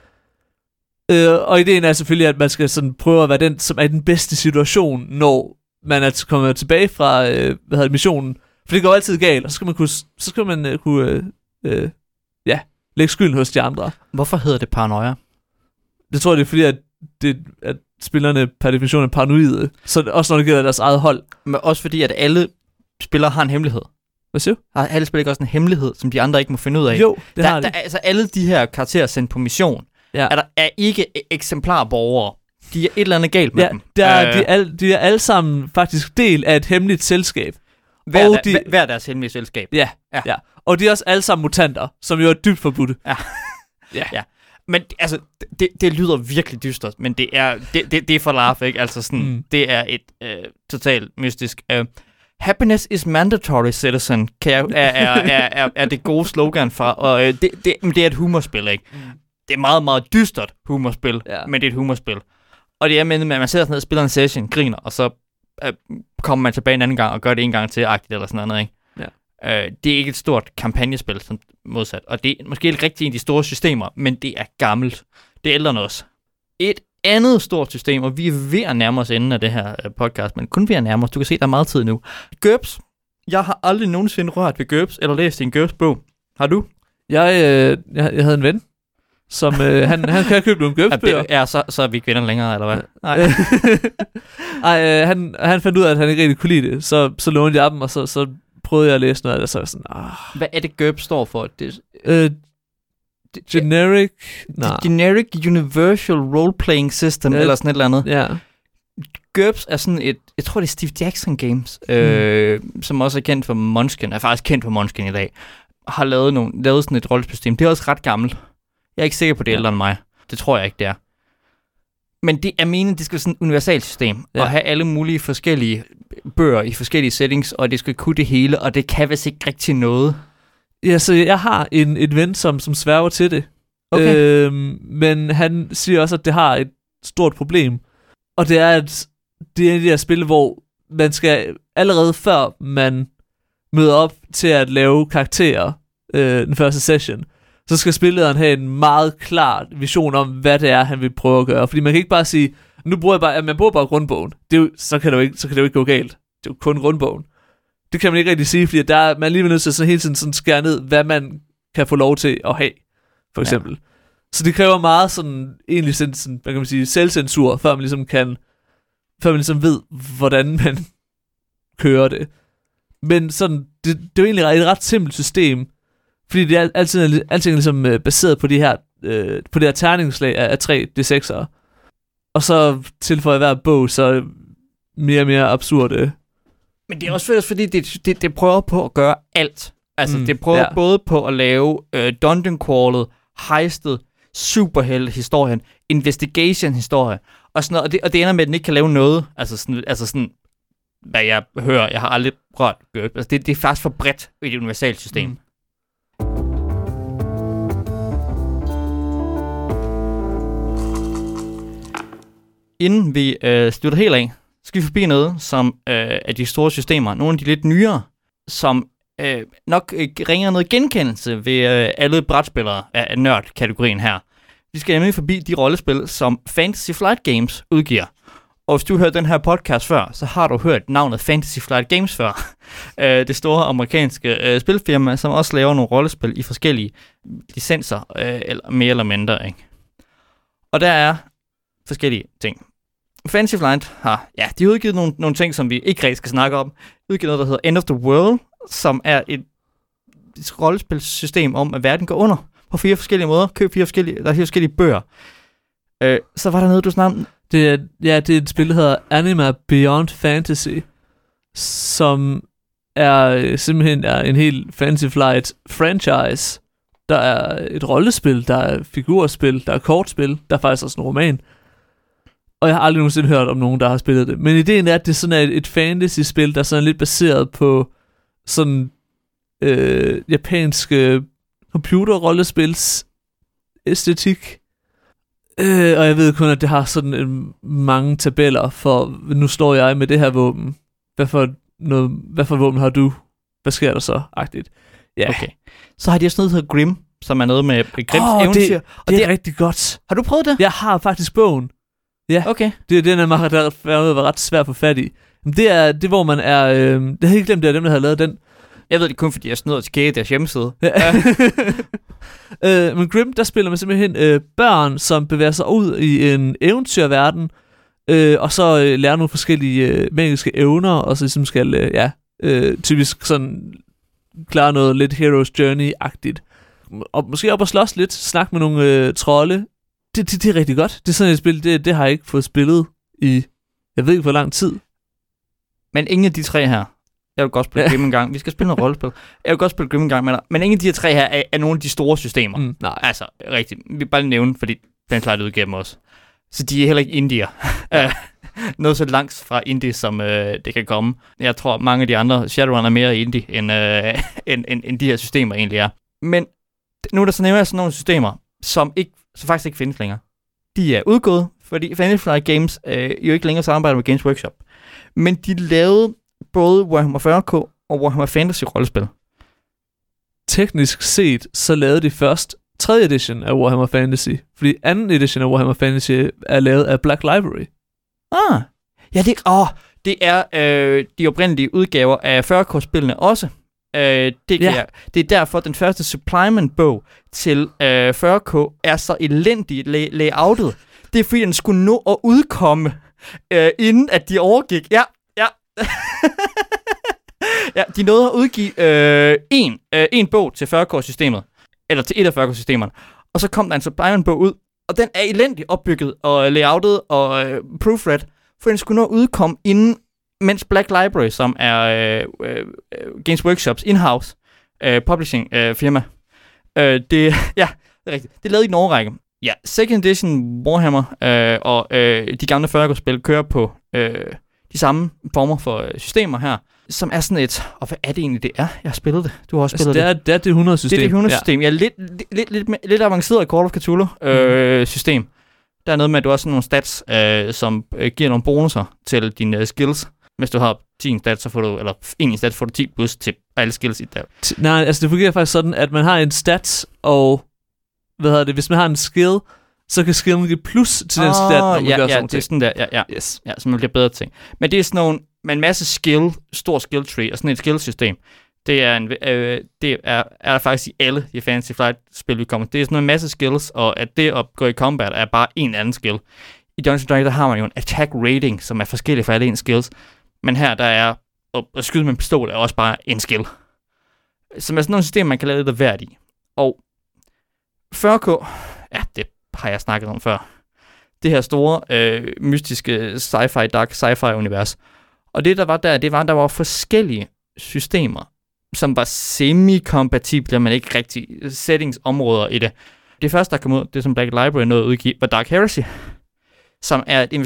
Og ideen er selvfølgelig, at man skal sådan prøve at være den, som er i den bedste situation, når man er kommet tilbage fra missionen. For det går altid galt, og så skal man kunne lægge skylden hos de andre. Hvorfor hedder det paranoia? Det tror jeg, det er fordi, at spillerne per definition er paranoide. Så også når det gælder deres eget hold. Men også fordi, at alle spillere har en hemmelighed. Hvad siger du? Har alle spillere ikke også en hemmelighed, som de andre ikke må finde ud af? Jo, det har de. Altså alle de her karakterer sendt på mission, er ikke eksemplarborgere. De er et eller andet galt med dem. De er alle sammen faktisk del af et hemmeligt selskab. Hver deres hemmelige selskab. Ja. Og de er også alle sammen mutanter, som jo er dybt forbudte. Ja. Men altså, det lyder virkelig dystert, men det er for laugh, ikke? Altså sådan, det er et totalt mystisk. Happiness is mandatory, citizen, er det gode slogan fra, og det er et humorspil, ikke? Det er meget, meget dystert humorspil, men det er et humorspil. Og det er med, at man sætter sig ned og spiller en session, griner, og så kommer man tilbage en anden gang og gør det en gang til, agtigt eller sådan noget, ikke? Det er ikke et stort kampagnespil, som modsat. Og det er måske ikke rigtig en af de store systemer, men det er gammelt. Det er ældre end os. Et andet stort system, og vi er ved at nærme os enden af det her podcast, men kun ved at nærme os. Du kan se, der er meget tid nu. GURPS. Jeg har aldrig nogensinde rørt ved GURPS, eller læst en GURPS-bog. Har du? Jeg havde en ven, som han kan købe nogle GURPS-bøger. Ja, så er vi ikke venner længere, eller hvad? Nej. Han fandt ud af, at han ikke rigtig kunne lide det. Så lånte jeg dem, og så prøvede jeg at læse noget af det, så sådan, Hvad er det GURPS står for? Generic Universal Role-Playing System, eller sådan et eller andet. Ja. GURPS er sådan et, jeg tror det er Steve Jackson Games, som også er kendt for Munchkin, er faktisk kendt for Munchkin i dag, har lavet sådan et rollespilsystem. Det er også ret gammelt. Jeg er ikke sikker på, det er ældre end mig. Det tror jeg ikke, det er. Men det er meningen, det skal være sådan et universelt system, og have alle mulige forskellige bøger i forskellige settings, og det skal kunne det hele, og det kan vist ikke rigtig noget. Ja, så jeg har en ven, som sværger til det. Okay. Men han siger også, at det har et stort problem. Og det er, at det er en af de her spil, hvor man skal allerede før man møder op til at lave karakterer den første session, så skal spillederen have en meget klar vision om, hvad det er, han vil prøve at gøre. Fordi man kan ikke bare sige, nu bruger jeg bare grundbogen. Så kan det jo ikke gå galt. Det er jo kun grundbogen. Det kan man ikke rigtig sige, fordi man er lige nødt til så hele tiden sådan skære ned, hvad man kan få lov til at have, for eksempel. Ja. Så det kræver meget sådan, egentlig sådan, hvad kan man sige, selvcensur, før man ligesom ved, hvordan man kører det. Men sådan, det er jo egentlig et ret simpelt system, fordi det er altid ligesom baseret på på det her terningslag af 3 D6'ere. Og så tilføjer hver bog, så mere og mere absurde. Men det er også fedt, fordi det prøver på at gøre alt. Altså, det prøver både på at lave dungeon crawlet, heistet, superhelt-historien, investigation-historie, og sådan noget. Og det ender med, at den ikke kan lave noget. Altså sådan hvad jeg hører, jeg har aldrig rørt GURPS. Altså, det er faktisk for bredt i et universelt system. Inden vi slutter helt af, skal vi forbi noget, som er de store systemer, nogle af de lidt nyere, som nok ringer noget genkendelse ved alle brætspillere af nørd-kategorien her. Vi skal nemlig forbi de rollespil, som Fantasy Flight Games udgiver. Og hvis du har hørt den her podcast før, så har du hørt navnet Fantasy Flight Games før. Det store amerikanske spilfirma, som også laver nogle rollespil i forskellige licenser, eller mere eller mindre, ikke? Og der er forskellige ting. Fantasy Flight har, de har udgivet nogle ting, som vi ikke rigtig skal snakke om. De har udgivet noget, der hedder End of the World, som er et rollespilsystem om, at verden går under på 4 forskellige måder. Køb 4 forskellige bøger. Så var der noget, du snakkede om? Det er et spil, der hedder Anima Beyond Fantasy, som er simpelthen en helt Fantasy Flight franchise. Der er et rollespil, der er figurspil, der er kortspil, der er faktisk også en roman. Og jeg har aldrig nogensinde hørt om nogen, der har spillet det. Men ideen er, at det sådan er et fantasy-spil, der er sådan lidt baseret på sådan japanske computerrollespils æstetik. Og jeg ved kun, at det har sådan mange tabeller for, nu står jeg med det her våben. Hvad for våben har du? Hvad sker der så? Agtigt. Ja. Okay. Så har de også noget, der hedder Grim, som er noget med Grims eventyr. Det er rigtig godt. Har du prøvet det? Jeg har faktisk bogen. Ja, okay. Den er meget, der var ret svært at få fat i. Det er hvor man er... jeg havde ikke glemt, det er dem, der havde lavet den. Jeg ved det kun, fordi jeg snyder til kæde deres hjemmeside. Ja. Men Grim, der spiller man simpelthen børn, som bevæger sig ud i en eventyrverden, og så lærer nogle forskellige magiske evner, og så ligesom skal, typisk sådan klare noget lidt Hero's Journey-agtigt. Og måske op og slås lidt, snakke med nogle trolde. Det er rigtig godt. Det er sådan et spil, det har jeg ikke fået spillet i, jeg ved ikke hvor lang tid. Men ingen af de tre her, jeg vil godt spille Grim en gang. Vi skal spille noget rollespil. Jeg vil godt spille Grim en gang med dig. Men ingen af de her tre her er nogle af de store systemer. Nej. Altså, rigtigt. Vi vil bare nævne, fordi den klarer det udgiver dem også. Så de er heller ikke indier. Noget så langt fra indie, som det kan komme. Jeg tror, mange af de andre Shadowrun er mere indie, end de her systemer egentlig er. Men nu er der så nævner sådan nogle systemer, som faktisk ikke findes længere. De er udgået, fordi Fantasy Flight Games jo ikke længere samarbejder med Games Workshop. Men de lavede både Warhammer 40K og Warhammer Fantasy rollespil. Teknisk set, så lavede de først 3. edition af Warhammer Fantasy, fordi 2. edition af Warhammer Fantasy er lavet af Black Library. Ja, det er de oprindelige udgaver af 40K-spillene også. Det er derfor, den første supplement-bog til 40K er så elendigt layoutet. Det er fordi, den skulle nå at udkomme, inden at de overgik. Ja. Ja, de nåede at udgive en bog til 40K-systemet, eller til et af 40K-systemerne, og så kom der en supplement-bog ud, og den er elendigt opbygget og layoutet og proofread, for den skulle nå at udkomme inden, mens Black Library, som er Games Workshops in-house publishing firma, det er rigtigt. Det lavede i en årrække. Ja, 2nd edition Warhammer og de gamle 40K-spil kører på de samme former for systemer her, som er sådan et, og hvad er det egentlig, det er? Jeg har spillet det. Du har også spillet det. Det er det 100-system. Det er det 100-system. Ja, lidt avanceret Call of Cthulhu system. Der er noget med, at du har sådan nogle stats, som giver nogle bonusser til dine skills. Hvis du har 10 stats, så får du, eller en stats, får du 10 plus til alle skills i der. Nej, altså det fungerer faktisk sådan, at man har en stats, og hvis man har en skill, så kan skillen give plus til den stat, når man gør sådan noget. Det er sådan der, ja. Yes. Ja, så man bliver bedre ting. Men det er sådan nogle, med en masse stor skill tree, og sådan et skill-system. Det er faktisk i alle de Fantasy Flight-spil, vi kommer. Det er sådan en masse skills, og at det at gå i combat er bare en anden skill. I Dungeons & Dragons, der har man jo en attack rating, som er forskellig for alle ens skills. Men her, der er at skyde med en pistol er også bare en skill. Som er sådan nogle systemer, man kan lave lidt af hvert i. Og 40K, ja, det har jeg snakket om før. Det her store, mystiske dark sci-fi-univers. Og det, der var der var forskellige systemer, som var semi-kompatible, men ikke rigtig settingsområder i det. Det første, der kom ud, det som Black Library nåede at udgive, var Dark Heresy, som er et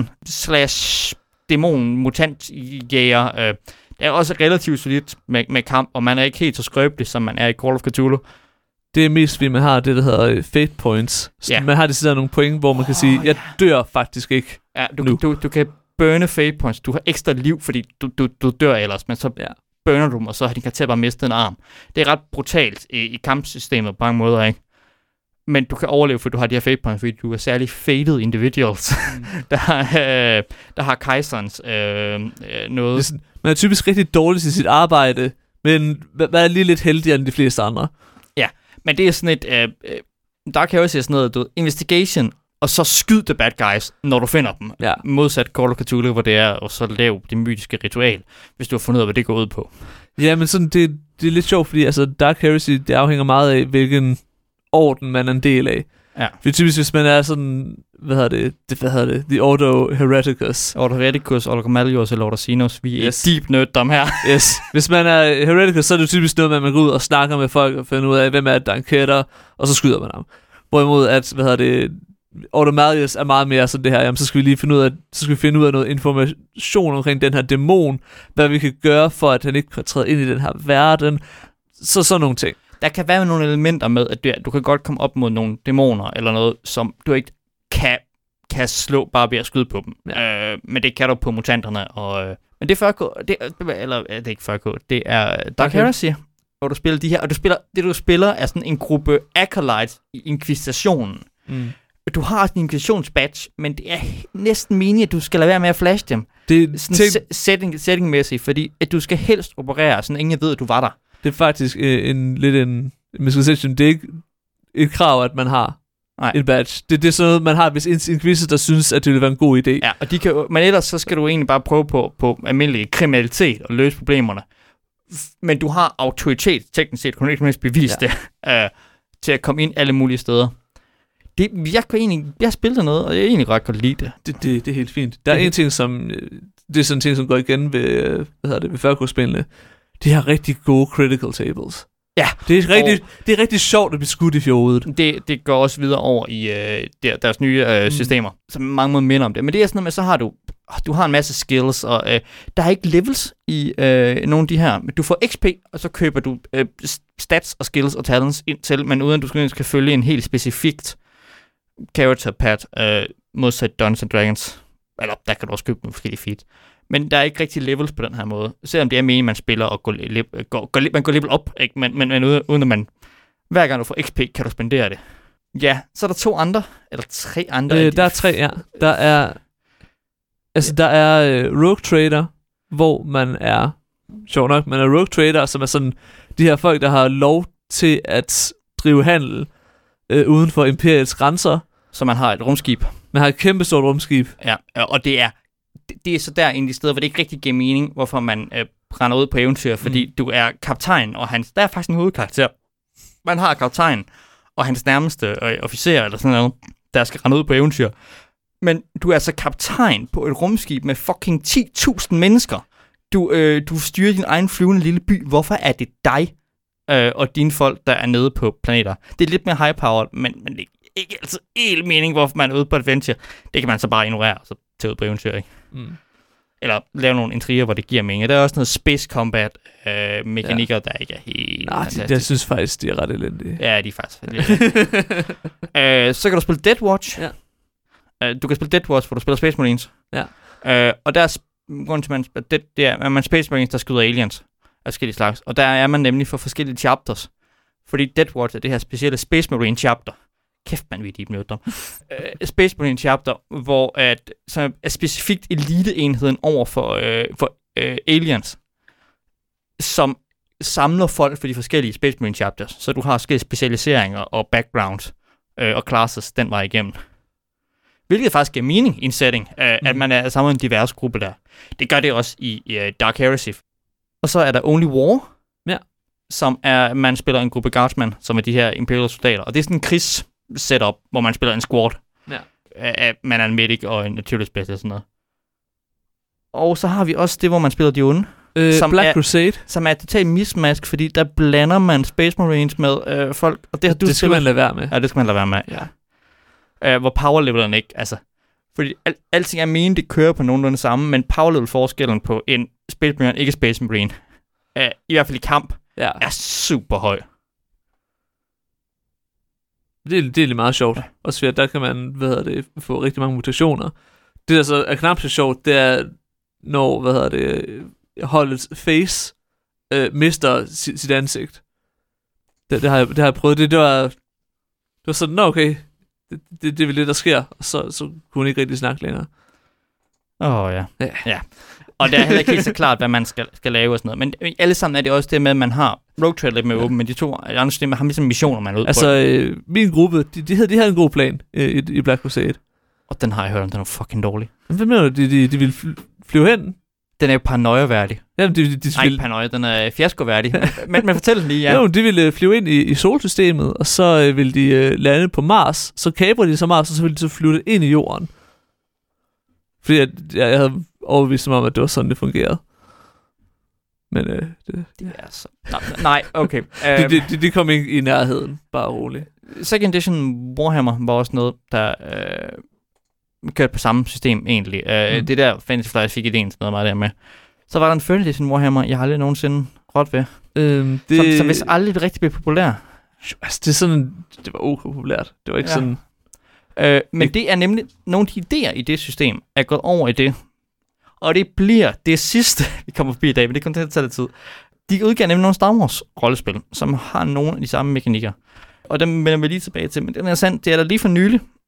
investigation/dæmon-mutant-jæger. Det er også relativt solidt med kamp, og man er ikke helt så skrøbelig, som man er i Call of Cthulhu. Det er mest, fordi man har det, der hedder fate points. Så man har sådan nogle point, hvor man kan sige, jeg dør faktisk ikke. Ja, du kan burne fate points. Du har ekstra liv, fordi du dør ellers, men så burner du dem, og så har din karakter bare mistet en arm. Det er ret brutalt i kampsystemet på mange måder, ikke? Men du kan overleve, for du har de her fate points, fordi du er særlig fated individuals, der har kejserens noget. Man er typisk rigtig dårlig til sit arbejde, men er lige lidt heldigere end de fleste andre. Ja, men det er sådan et Dark Heresy er sådan noget, investigation, og så skyd the bad guys, når du finder dem. Ja. Modsat Call of Cthulhu, hvor det er, og så lave det mytiske ritual, hvis du har fundet ud af, hvad det går ud på. Ja, men sådan, det er lidt sjovt, fordi altså, Dark Heresy, det afhænger meget af, hvilken orden man er en del af. Ja. For typisk, hvis man er sådan, hvad hedder det? The Ordo Hereticus. Ordo Hereticus, Ordo Gamalios eller Ordo Xenos. Vi er deep nerd her. Yes. Hvis man er Hereticus, så er det typisk noget med, at man går ud og snakker med folk og finder ud af, hvem er det, der er en kætter, og så skyder man ham. Hvorimod at, Ordo Malleus er meget mere sådan det her, jamen så skal vi finde ud af noget information omkring den her dæmon, hvad vi kan gøre for, at han ikke kan træde ind i den her verden. Så sådan nogle ting. Der kan være nogle elementer med, at du kan godt komme op mod nogle dæmoner eller noget, som du ikke kan slå bare ved at skyde på dem. Ja. Men det kan du på mutanterne. Men det er 40K, det er ikke 40K, det er Dark Heresy, hvor du spiller de her, og du spiller er sådan en gruppe acolytes i Inquisitionen. du har også en invitationsbadge, men det er næsten meningen, at du skal lade være med at flashe dem. Det er settingmæssigt, fordi at du skal helst operere, sådan ingen ved, at du var der. Det er faktisk en misconception. Det er ikke et krav, at man har en badge. Det er sådan noget, man har, hvis en inquisitor synes, at det vil være en god idé. Ja, og men ellers så skal du egentlig bare prøve på almindelig kriminalitet og løse problemerne. Men du har autoritet, teknisk set, kunne du ikke mindst bevise det, til at komme ind alle mulige steder. Jeg spiller noget, og jeg egentlig ret godt lide det. Det er helt fint. Der er en ting, som... Det er sådan en ting, som går igen ved, ved førkurspillene. De har rigtig gode critical tables. Ja. Det er rigtig sjovt at blive skudt i fjordet. Det går også videre over i deres nye systemer, som mange måder minder om det. Men det er sådan noget med, så har du har en masse skills, og der er ikke levels i nogle af de her. Du får XP, og så køber du stats og skills og talents ind til, men uden du skal følge en helt specifikt character path modsat Dungeons & Dragons. Eller der kan du også købe nogle forskellige feeds. Men der er ikke rigtig levels på den her måde. Selvom det er meningen, man spiller og man går level op, ikke? Men uden at man... Hver gang du får XP, kan du spendere det. Ja, så er der 2 andre, eller 3 andre. Der er 3, ja. Der er Rogue Trader, hvor man er... Sjov nok, man er Rogue Trader, som er sådan de her folk, der har lov til at drive handel uden for imperiets grænser. Så man har et rumskib. Man har et kæmpestort rumskib. Ja, og det er så der en af de steder, hvor det ikke rigtig giver mening, hvorfor man render ud på eventyr, fordi du er kaptajn, og der er faktisk en hovedkarakter. Man har kaptajn og hans nærmeste officer, eller sådan noget, der skal rende ud på eventyr. Men du er altså kaptajn på et rumskib med fucking 10.000 mennesker. Du styrer din egen flyvende lille by. Hvorfor er det dig og dine folk, der er nede på planeter? Det er lidt mere high-powered, men det er ikke altid helt mening, hvorfor man er ude på adventure. Det kan man så bare ignorere, og så tage ud på eventyr, ikke? Eller lave nogle intriger, hvor det giver mening. Der er også noget space combat mekanikker, der ikke er helt fantastisk. Jeg synes faktisk, de er ret elendige. Ja, de er faktisk elendige. Så kan du spille Death Watch. Ja. Du kan spille Death Watch, hvor du spiller Space Marines. Ja. Og der er grunden til, at man Space Marines, der skyder aliens af forskellige slags. Og der er man nemlig for forskellige chapters. Fordi Death Watch er det her specielle Space Marine chapter. Kæft, man vil de dem. Space Marine chapter, hvor så er specifikt eliteenheden over for aliens, som samler folk for de forskellige Space Marine chapters. Så du har forskellige specialiseringer og backgrounds og classes den vej igennem. Hvilket faktisk giver mening i en setting, at man er sammen med en divers gruppe der. Det gør det også i Dark Heresy. Og så er der Only War, som er, man spiller en gruppe guardsmen, som er de her imperial soldater. Og det er sådan en krigs-setup, hvor man spiller en squad. Ja. Man er en medic og en naturlig special og sådan noget. Og så har vi også det, hvor man spiller de onde. Black Crusade. Som er totalt mismask, fordi der blander man Space Marines med folk. Og det skal man lade være med. Ja, det skal man lade være med, ja. Hvor power levelerne ikke, altså... Fordi alting er meningen, det kører på nogenlunde samme, men power level forskellen på en Space Marine og ikke Space Marine, i hvert fald i kamp, er super høj. Det er lidt meget sjovt. Også fordi, der kan man, få rigtig mange mutationer. Det, der så er knap så sjovt, det er, når, holdets face mister sit ansigt. Det har jeg prøvet. Det var sådan, okay, det er vel det, der sker. Og så kunne hun ikke rigtig snakke længere. Ja. Og det er heller ikke helt så klart, hvad man skal lave og sådan noget. Men alle sammen er det også det med, at man har Rogue Trader lidt med åben, men de to andre systemer har ligesom missioner, man er ude på. Min gruppe, de havde en god plan i Black Crusade. Og den har jeg hørt om, den er fucking dårlig. Men hvad mener du, de ville flyve hen? Den er jo paranoia-værdig. Jamen, Nej, paranoia, den er fiasko-værdig. men fortæl den lige, ja. Jo, de ville flyve ind i solsystemet, og så ville de lande på Mars. Så kaprer de så Mars, og så ville de så flyve ind i jorden. Fordi jeg havde overbevist mig om, at det var sådan, det fungerede. Men det er så... Nej, okay. De kom ikke i nærheden, bare roligt. Second Edition Warhammer var også noget, der kørte på samme system egentlig. Det der Fantasy Flight fik idéen til noget meget der med. Så var der en Third Edition Warhammer, jeg har aldrig nogensinde rådt ved. Som vist aldrig rigtig blev populær. Altså, det er sådan... Det var okay populært. Det var ikke sådan... Men det er nemlig nogle af de idéer i det system, er gået over i det. Og det bliver det sidste, vi kommer forbi i dag, men det kommer til at tage lidt tid. De udgav nemlig nogle Star Wars rollespil, som har nogle af de samme mekanikker. Og dem vender vi lige tilbage til. Men den er sandt, det er der lige for nylig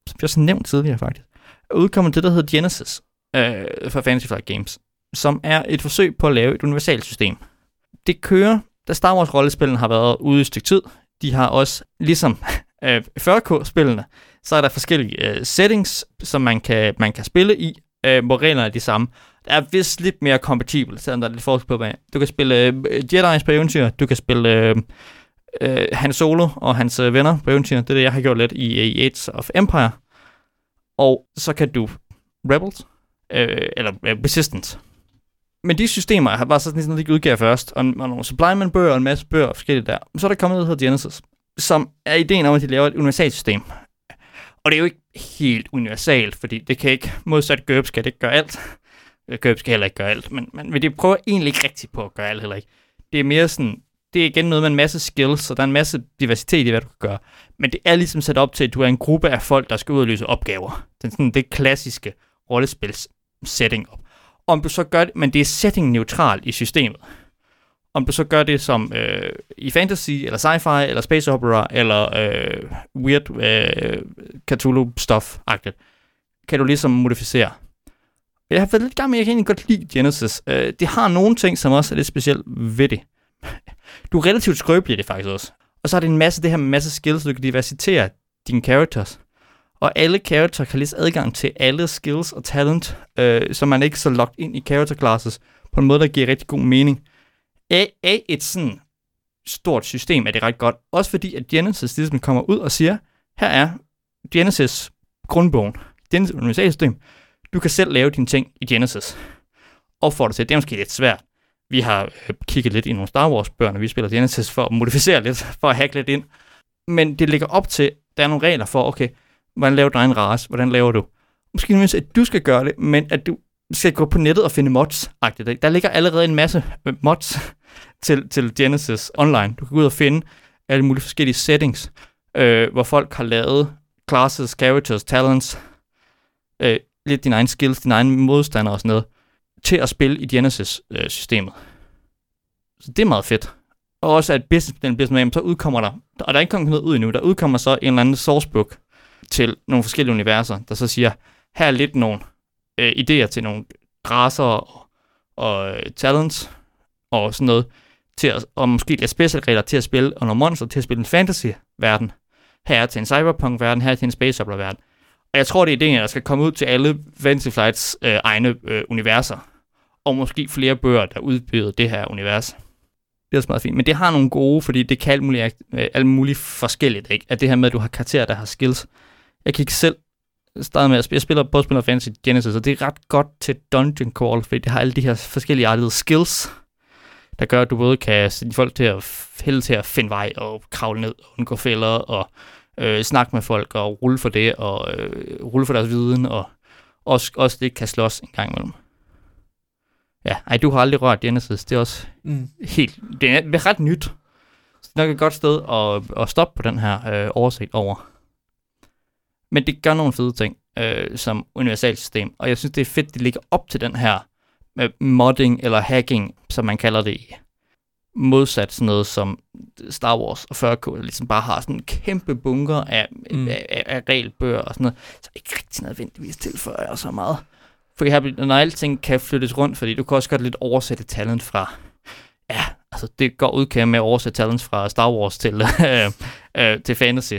vi også nævnt tidligere faktisk, er udkommet det, der hedder Genesis for Fantasy Flight Games, som er et forsøg på at lave et universelt system. Det kører, da Star Wars rollespillene har været ude i et stykke tid. De har også, ligesom 40K-spillene, så er der forskellige settings, som man kan spille i, hvor reglerne er de samme. Der er vist lidt mere kompatibelt, selvom der er lidt forskel på, hvad du kan spille Jedi's på eventyr, du kan spille Han Solo og hans venner på eventyr. Det er det, jeg har gjort lidt i Age of Empire. Og så kan du Rebels, eller Resistance. Men de systemer var sådan noget, de ikke udgav først, og nogle supplement-bøger og en masse bøger og forskellige der. Så er der kommet noget, der hedder Genesis, som er ideen om, at de laver et universelt system. Og det er jo ikke helt universalt, fordi det kan ikke, modsat GURPS kan det ikke gøre alt. GURPS kan heller ikke gøre alt, men det prøver egentlig ikke rigtigt på at gøre alt heller ikke. Det er mere sådan, det er igen noget med en masse skills, og der er en masse diversitet i, hvad du kan gøre. Men det er ligesom sat op til, at du er en gruppe af folk, der skal ud og løse opgaver. Det klassiske rollespils setting op. Om du så gør det, men det er setting-neutralt i systemet. Om du så gør det som i fantasy, eller sci-fi, eller space opera, eller weird Cthulhu-stuff-agtigt, kan du ligesom modificere. Jeg har været lidt gang med, jeg kan egentlig godt lide Genesis. Det har nogle ting, som også er lidt specielt ved det. Du er relativt skrøbelig i det faktisk også. Og så er det en masse skills, så du kan diversitere dine characters. Og alle characters kan lige adgang til alle skills og talent, så man ikke så locked ind i character classes på en måde, der giver rigtig god mening. Af et sådan stort system er det ret godt. Også fordi, at Genesis ligesom kommer ud og siger, her er Genesis grundbogen. Genesis universalsystem. Du kan selv lave dine ting i Genesis. Og for det til, det er måske lidt svært. Vi har kigget lidt i nogle Star Wars-bøger, når vi spiller Genesis, for at modificere lidt, for at hacke lidt ind. Men det ligger op til, der er nogle regler for, okay, hvordan laver du en race? Hvordan laver du? Måske nu at du skal gøre det, men at du skal gå på nettet og finde mods-agtigt. Der ligger allerede en masse mods til Genesis online. Du kan gå ud og finde alle mulige forskellige settings, hvor folk har lavet classes, characters, talents, lidt dine egne skills, dine egne modstandere og sådan noget, til at spille i Genesis-systemet. Så det er meget fedt. Og også at business, så udkommer der, og der er ikke kommet noget ud endnu, der udkommer så en eller anden sourcebook til nogle forskellige universer, der så siger, her er lidt nogle idéer til nogle racer og talents og sådan noget, til at, og måske lidt specialregler til at spille, og nogle monster til at spille en fantasy-verden. Her er til en cyberpunk-verden, her er til en space opera-verden. Og jeg tror, det er idéen, der skal komme ud til alle Fantasy Flights egne universer, og måske flere bøger, der udbyder det her univers. Det er også meget fint, men det har nogle gode, fordi det kan alt muligt forskelligt, ikke? At det her med, at du har karakterer, der har skills. Jeg kan ikke selv starte med, jeg spiller Fantasy Genesis, og det er ret godt til Dungeon Crawl, fordi det har alle de her forskellige artede skills, der gør, at du både kan sætte folk til at finde vej og kravle ned og undgå fælder og snakke med folk og rulle for det og rulle for deres viden og også det kan slås en gang imellem. Ja, du har aldrig rørt Genesis, det er også det er ret nyt. Så det er nok et godt sted at stoppe på den her oversigt over. Men det gør nogle fede ting som universelt system, og jeg synes, det er fedt, det ligger op til den her modding eller hacking, som man kalder det i. Modsat sådan noget som Star Wars og 40K, ligesom bare har sådan en kæmpe bunker af regelbøger og sådan noget, så ikke rigtig nødvendigvis tilføjer så meget. For eksempel, når alting kan flyttes rundt, fordi du kan også godt lidt oversætte talent fra, altså det går udkære med at oversætte talent fra Star Wars til fantasy.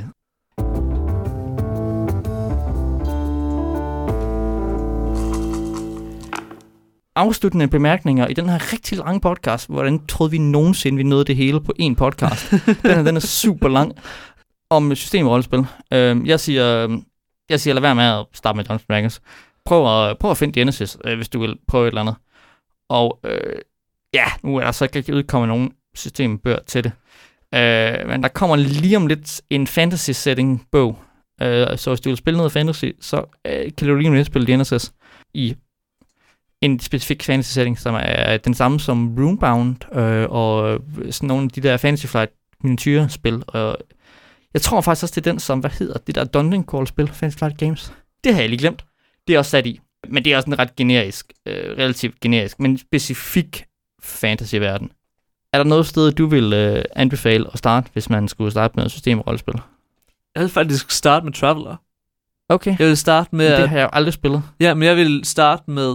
Afsluttende bemærkninger i den her rigtig lange podcast. Hvordan troede vi nogensinde, vi nåede det hele på én podcast? Den er super lang. Om systemrollespil. Jeg siger, lad være med at starte med Dungeons & Dragons. Prøv at finde Genesis, hvis du vil prøve et eller andet. Og nu er der så ikke rigtig udkommet nogen systembøger til det. Men der kommer lige om lidt en fantasy-setting-bog. Så hvis du vil spille noget fantasy, så kan du lige nu spille Genesis i en specifik fantasy setting, som er den samme som Runebound og sådan nogle af de der Fantasy Flight miniatyrespil. Jeg tror faktisk også, det er den, som, det der Dungeon Crawl-spil, Fantasy Flight Games. Det har jeg lige glemt. Det er også sat i. Men det er også en ret generisk, relativt generisk, men specifik fantasy-verden. Er der noget sted, du vil anbefale at starte, hvis man skulle starte med et systemrollespil? Jeg vil faktisk starte med Traveller. Okay. Jeg vil starte med... Det har jeg jo aldrig spillet. Ja, men jeg vil starte med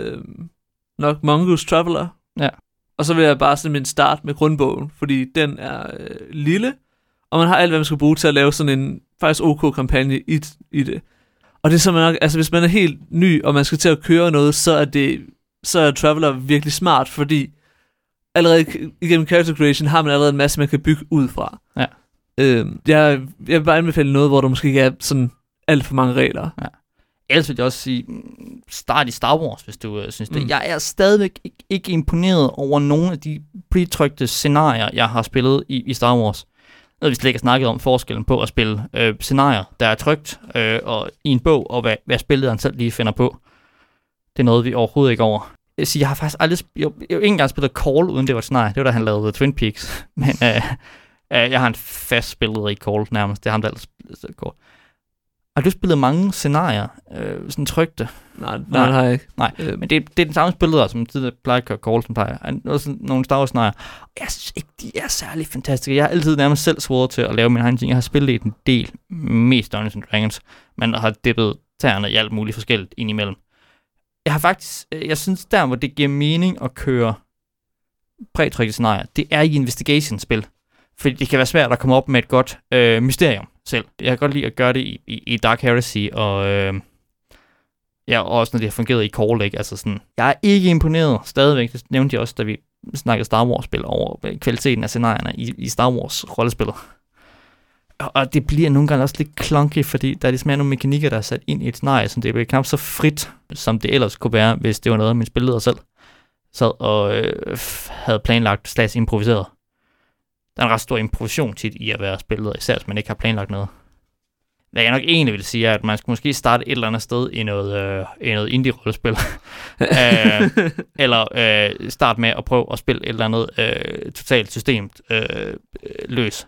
nok Mongoose Traveler. Ja. Og så vil jeg bare simpelthen starte med grundbogen, fordi den er lille, og man har alt, hvad man skal bruge til at lave sådan en faktisk OK kampagne i det. Og det er så nok, altså hvis man er helt ny, og man skal til at køre noget, så er Traveler virkelig smart, fordi allerede igennem character creation har man allerede en masse, man kan bygge ud fra. Ja. Jeg vil bare anbefale noget, hvor der måske ikke er sådan alt for mange regler. Ja. Ellers vil jeg også sige, start i Star Wars, hvis du synes det. Jeg er stadigvæk ikke imponeret over nogle af de pretrykte scenarier, jeg har spillet i Star Wars. Vi slet ikke har snakket om forskellen på at spille scenarier, der er trykt og i en bog, og hvad spillederen selv lige finder på. Det er noget, vi overhovedet ikke over. Jeg har faktisk aldrig jeg ikke engang spillet Call, uden det var et scenarie. Det var da han lavede Twin Peaks. Men jeg har en fast spillet i Call nærmest. Det er ham, der altid spillet Call. Har du spillet mange scenarier, sådan trykte? Nej, det har jeg ikke. Nej, men det er den samme spilleder, som tidligere plejer at køre Call, som plejer. Også nogle Star Wars scenarier. Jeg synes ikke, de er særlig fantastiske. Jeg har altid nærmest selv svoret til at lave min egen ting. Jeg har spillet en del, mest Dungeons & Dragons, men har dippet tæerne i alt muligt forskelligt indimellem. Jeg synes der, hvor det giver mening at køre prætrykte scenarier, det er i investigation-spil. Fordi det kan være svært at komme op med et godt mysterium selv. Jeg kan godt lide at gøre det i Dark Heresy, og også når det har fungeret i Call, ikke? Altså sådan, jeg er ikke imponeret stadigvæk, det nævnte jeg også, da vi snakkede Star Wars-spil, over kvaliteten af scenarierne i Star Wars-rollespillet. Og det bliver nogle gange også lidt clunky, fordi der er ligesom nogle mekanikker, der er sat ind i et scenarie, som det bliver knap så frit, som det ellers kunne være, hvis det var noget, min spilleder selv sad og havde planlagt slags improviseret. Der er en ret stor improvisation tit i at være spilleder, især hvis man ikke har planlagt noget. Hvad jeg nok egentlig vil sige, er, at man skulle måske starte et eller andet sted i noget indie-rollespil. Eller starte med at prøve at spille et eller andet totalt systemt løs.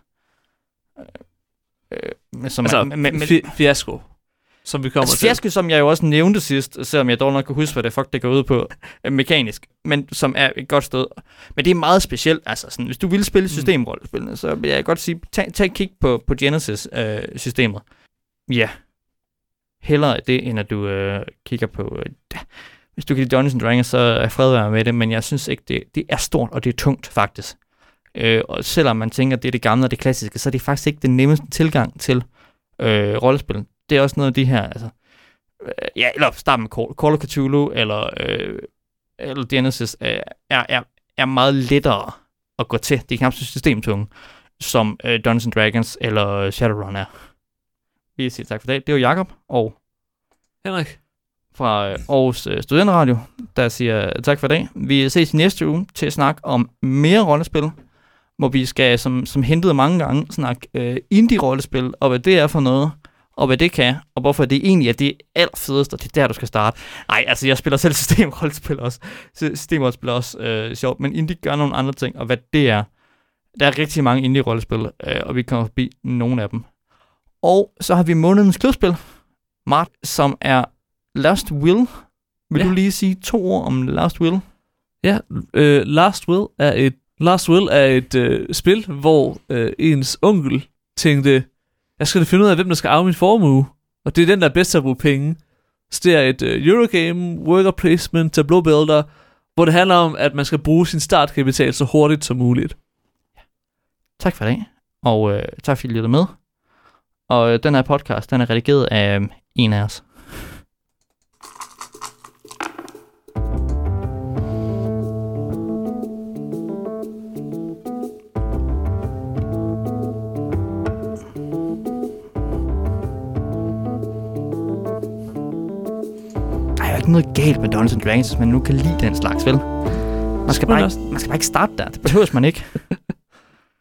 Fiasko, som vi kommer til. Fiasko, som jeg jo også nævnte sidst, selvom jeg dog nok kan huske, hvad det går ud på mekanisk, men som er et godt sted. Men det er meget specielt, altså sådan, hvis du vil spille systemrollespillene, så vil jeg godt sige, tag et kig på Genesis-systemet. Ja, hellere det, end at du kigger på... hvis du kan lide Dungeons & Dragons, så er fred være med det, men jeg synes ikke, det er stort, og det er tungt, faktisk. Og selvom man tænker, at det er det gamle og det klassiske, så er det faktisk ikke den nemmeste tilgang til rollespil. Det er også noget af de her, altså... eller start med Call of Cthulhu, eller Genesis, er meget lettere at gå til. Det er knap så systemtunge, som Dungeons & Dragons eller Shadowrun er. Vi siger tak for det. Det var Jakob og Henrik fra Aarhus Studenterradio, der siger tak for det. Vi ses i næste uge til at snakke om mere rollespil, hvor vi skal, som hentet mange gange, snakke indie-rollespil, og hvad det er for noget, og hvad det kan, og hvorfor det egentlig er det allerfedeste, og det er der, du skal starte. Nej, altså jeg spiller selv systemrollespil også. Systemrollespil er også sjovt, men indie gør nogle andre ting, og hvad det er. Der er rigtig mange indie-rollespil, og vi kommer forbi nogle af dem. Og så har vi månedens klubspil, Mart, som er Last Will. Vil du lige sige 2 ord om Last Will? Ja, Last Will er et spil, hvor ens onkel tænkte, jeg skal finde ud af, hvem der skal arve min formue, og det er den, der er bedst til at bruge penge. Så det er et Eurogame, worker placement, tableau builder, hvor det handler om, at man skal bruge sin startkapital så hurtigt som muligt. Tak for det, og tak fordi I lyttede med. Og den her podcast, den er redigeret af en af os. Der er jo ikke noget galt med Dungeons & Dragons, hvis man nu kan lide den slags, vel? Man skal bare ikke starte der. Det behøves man ikke.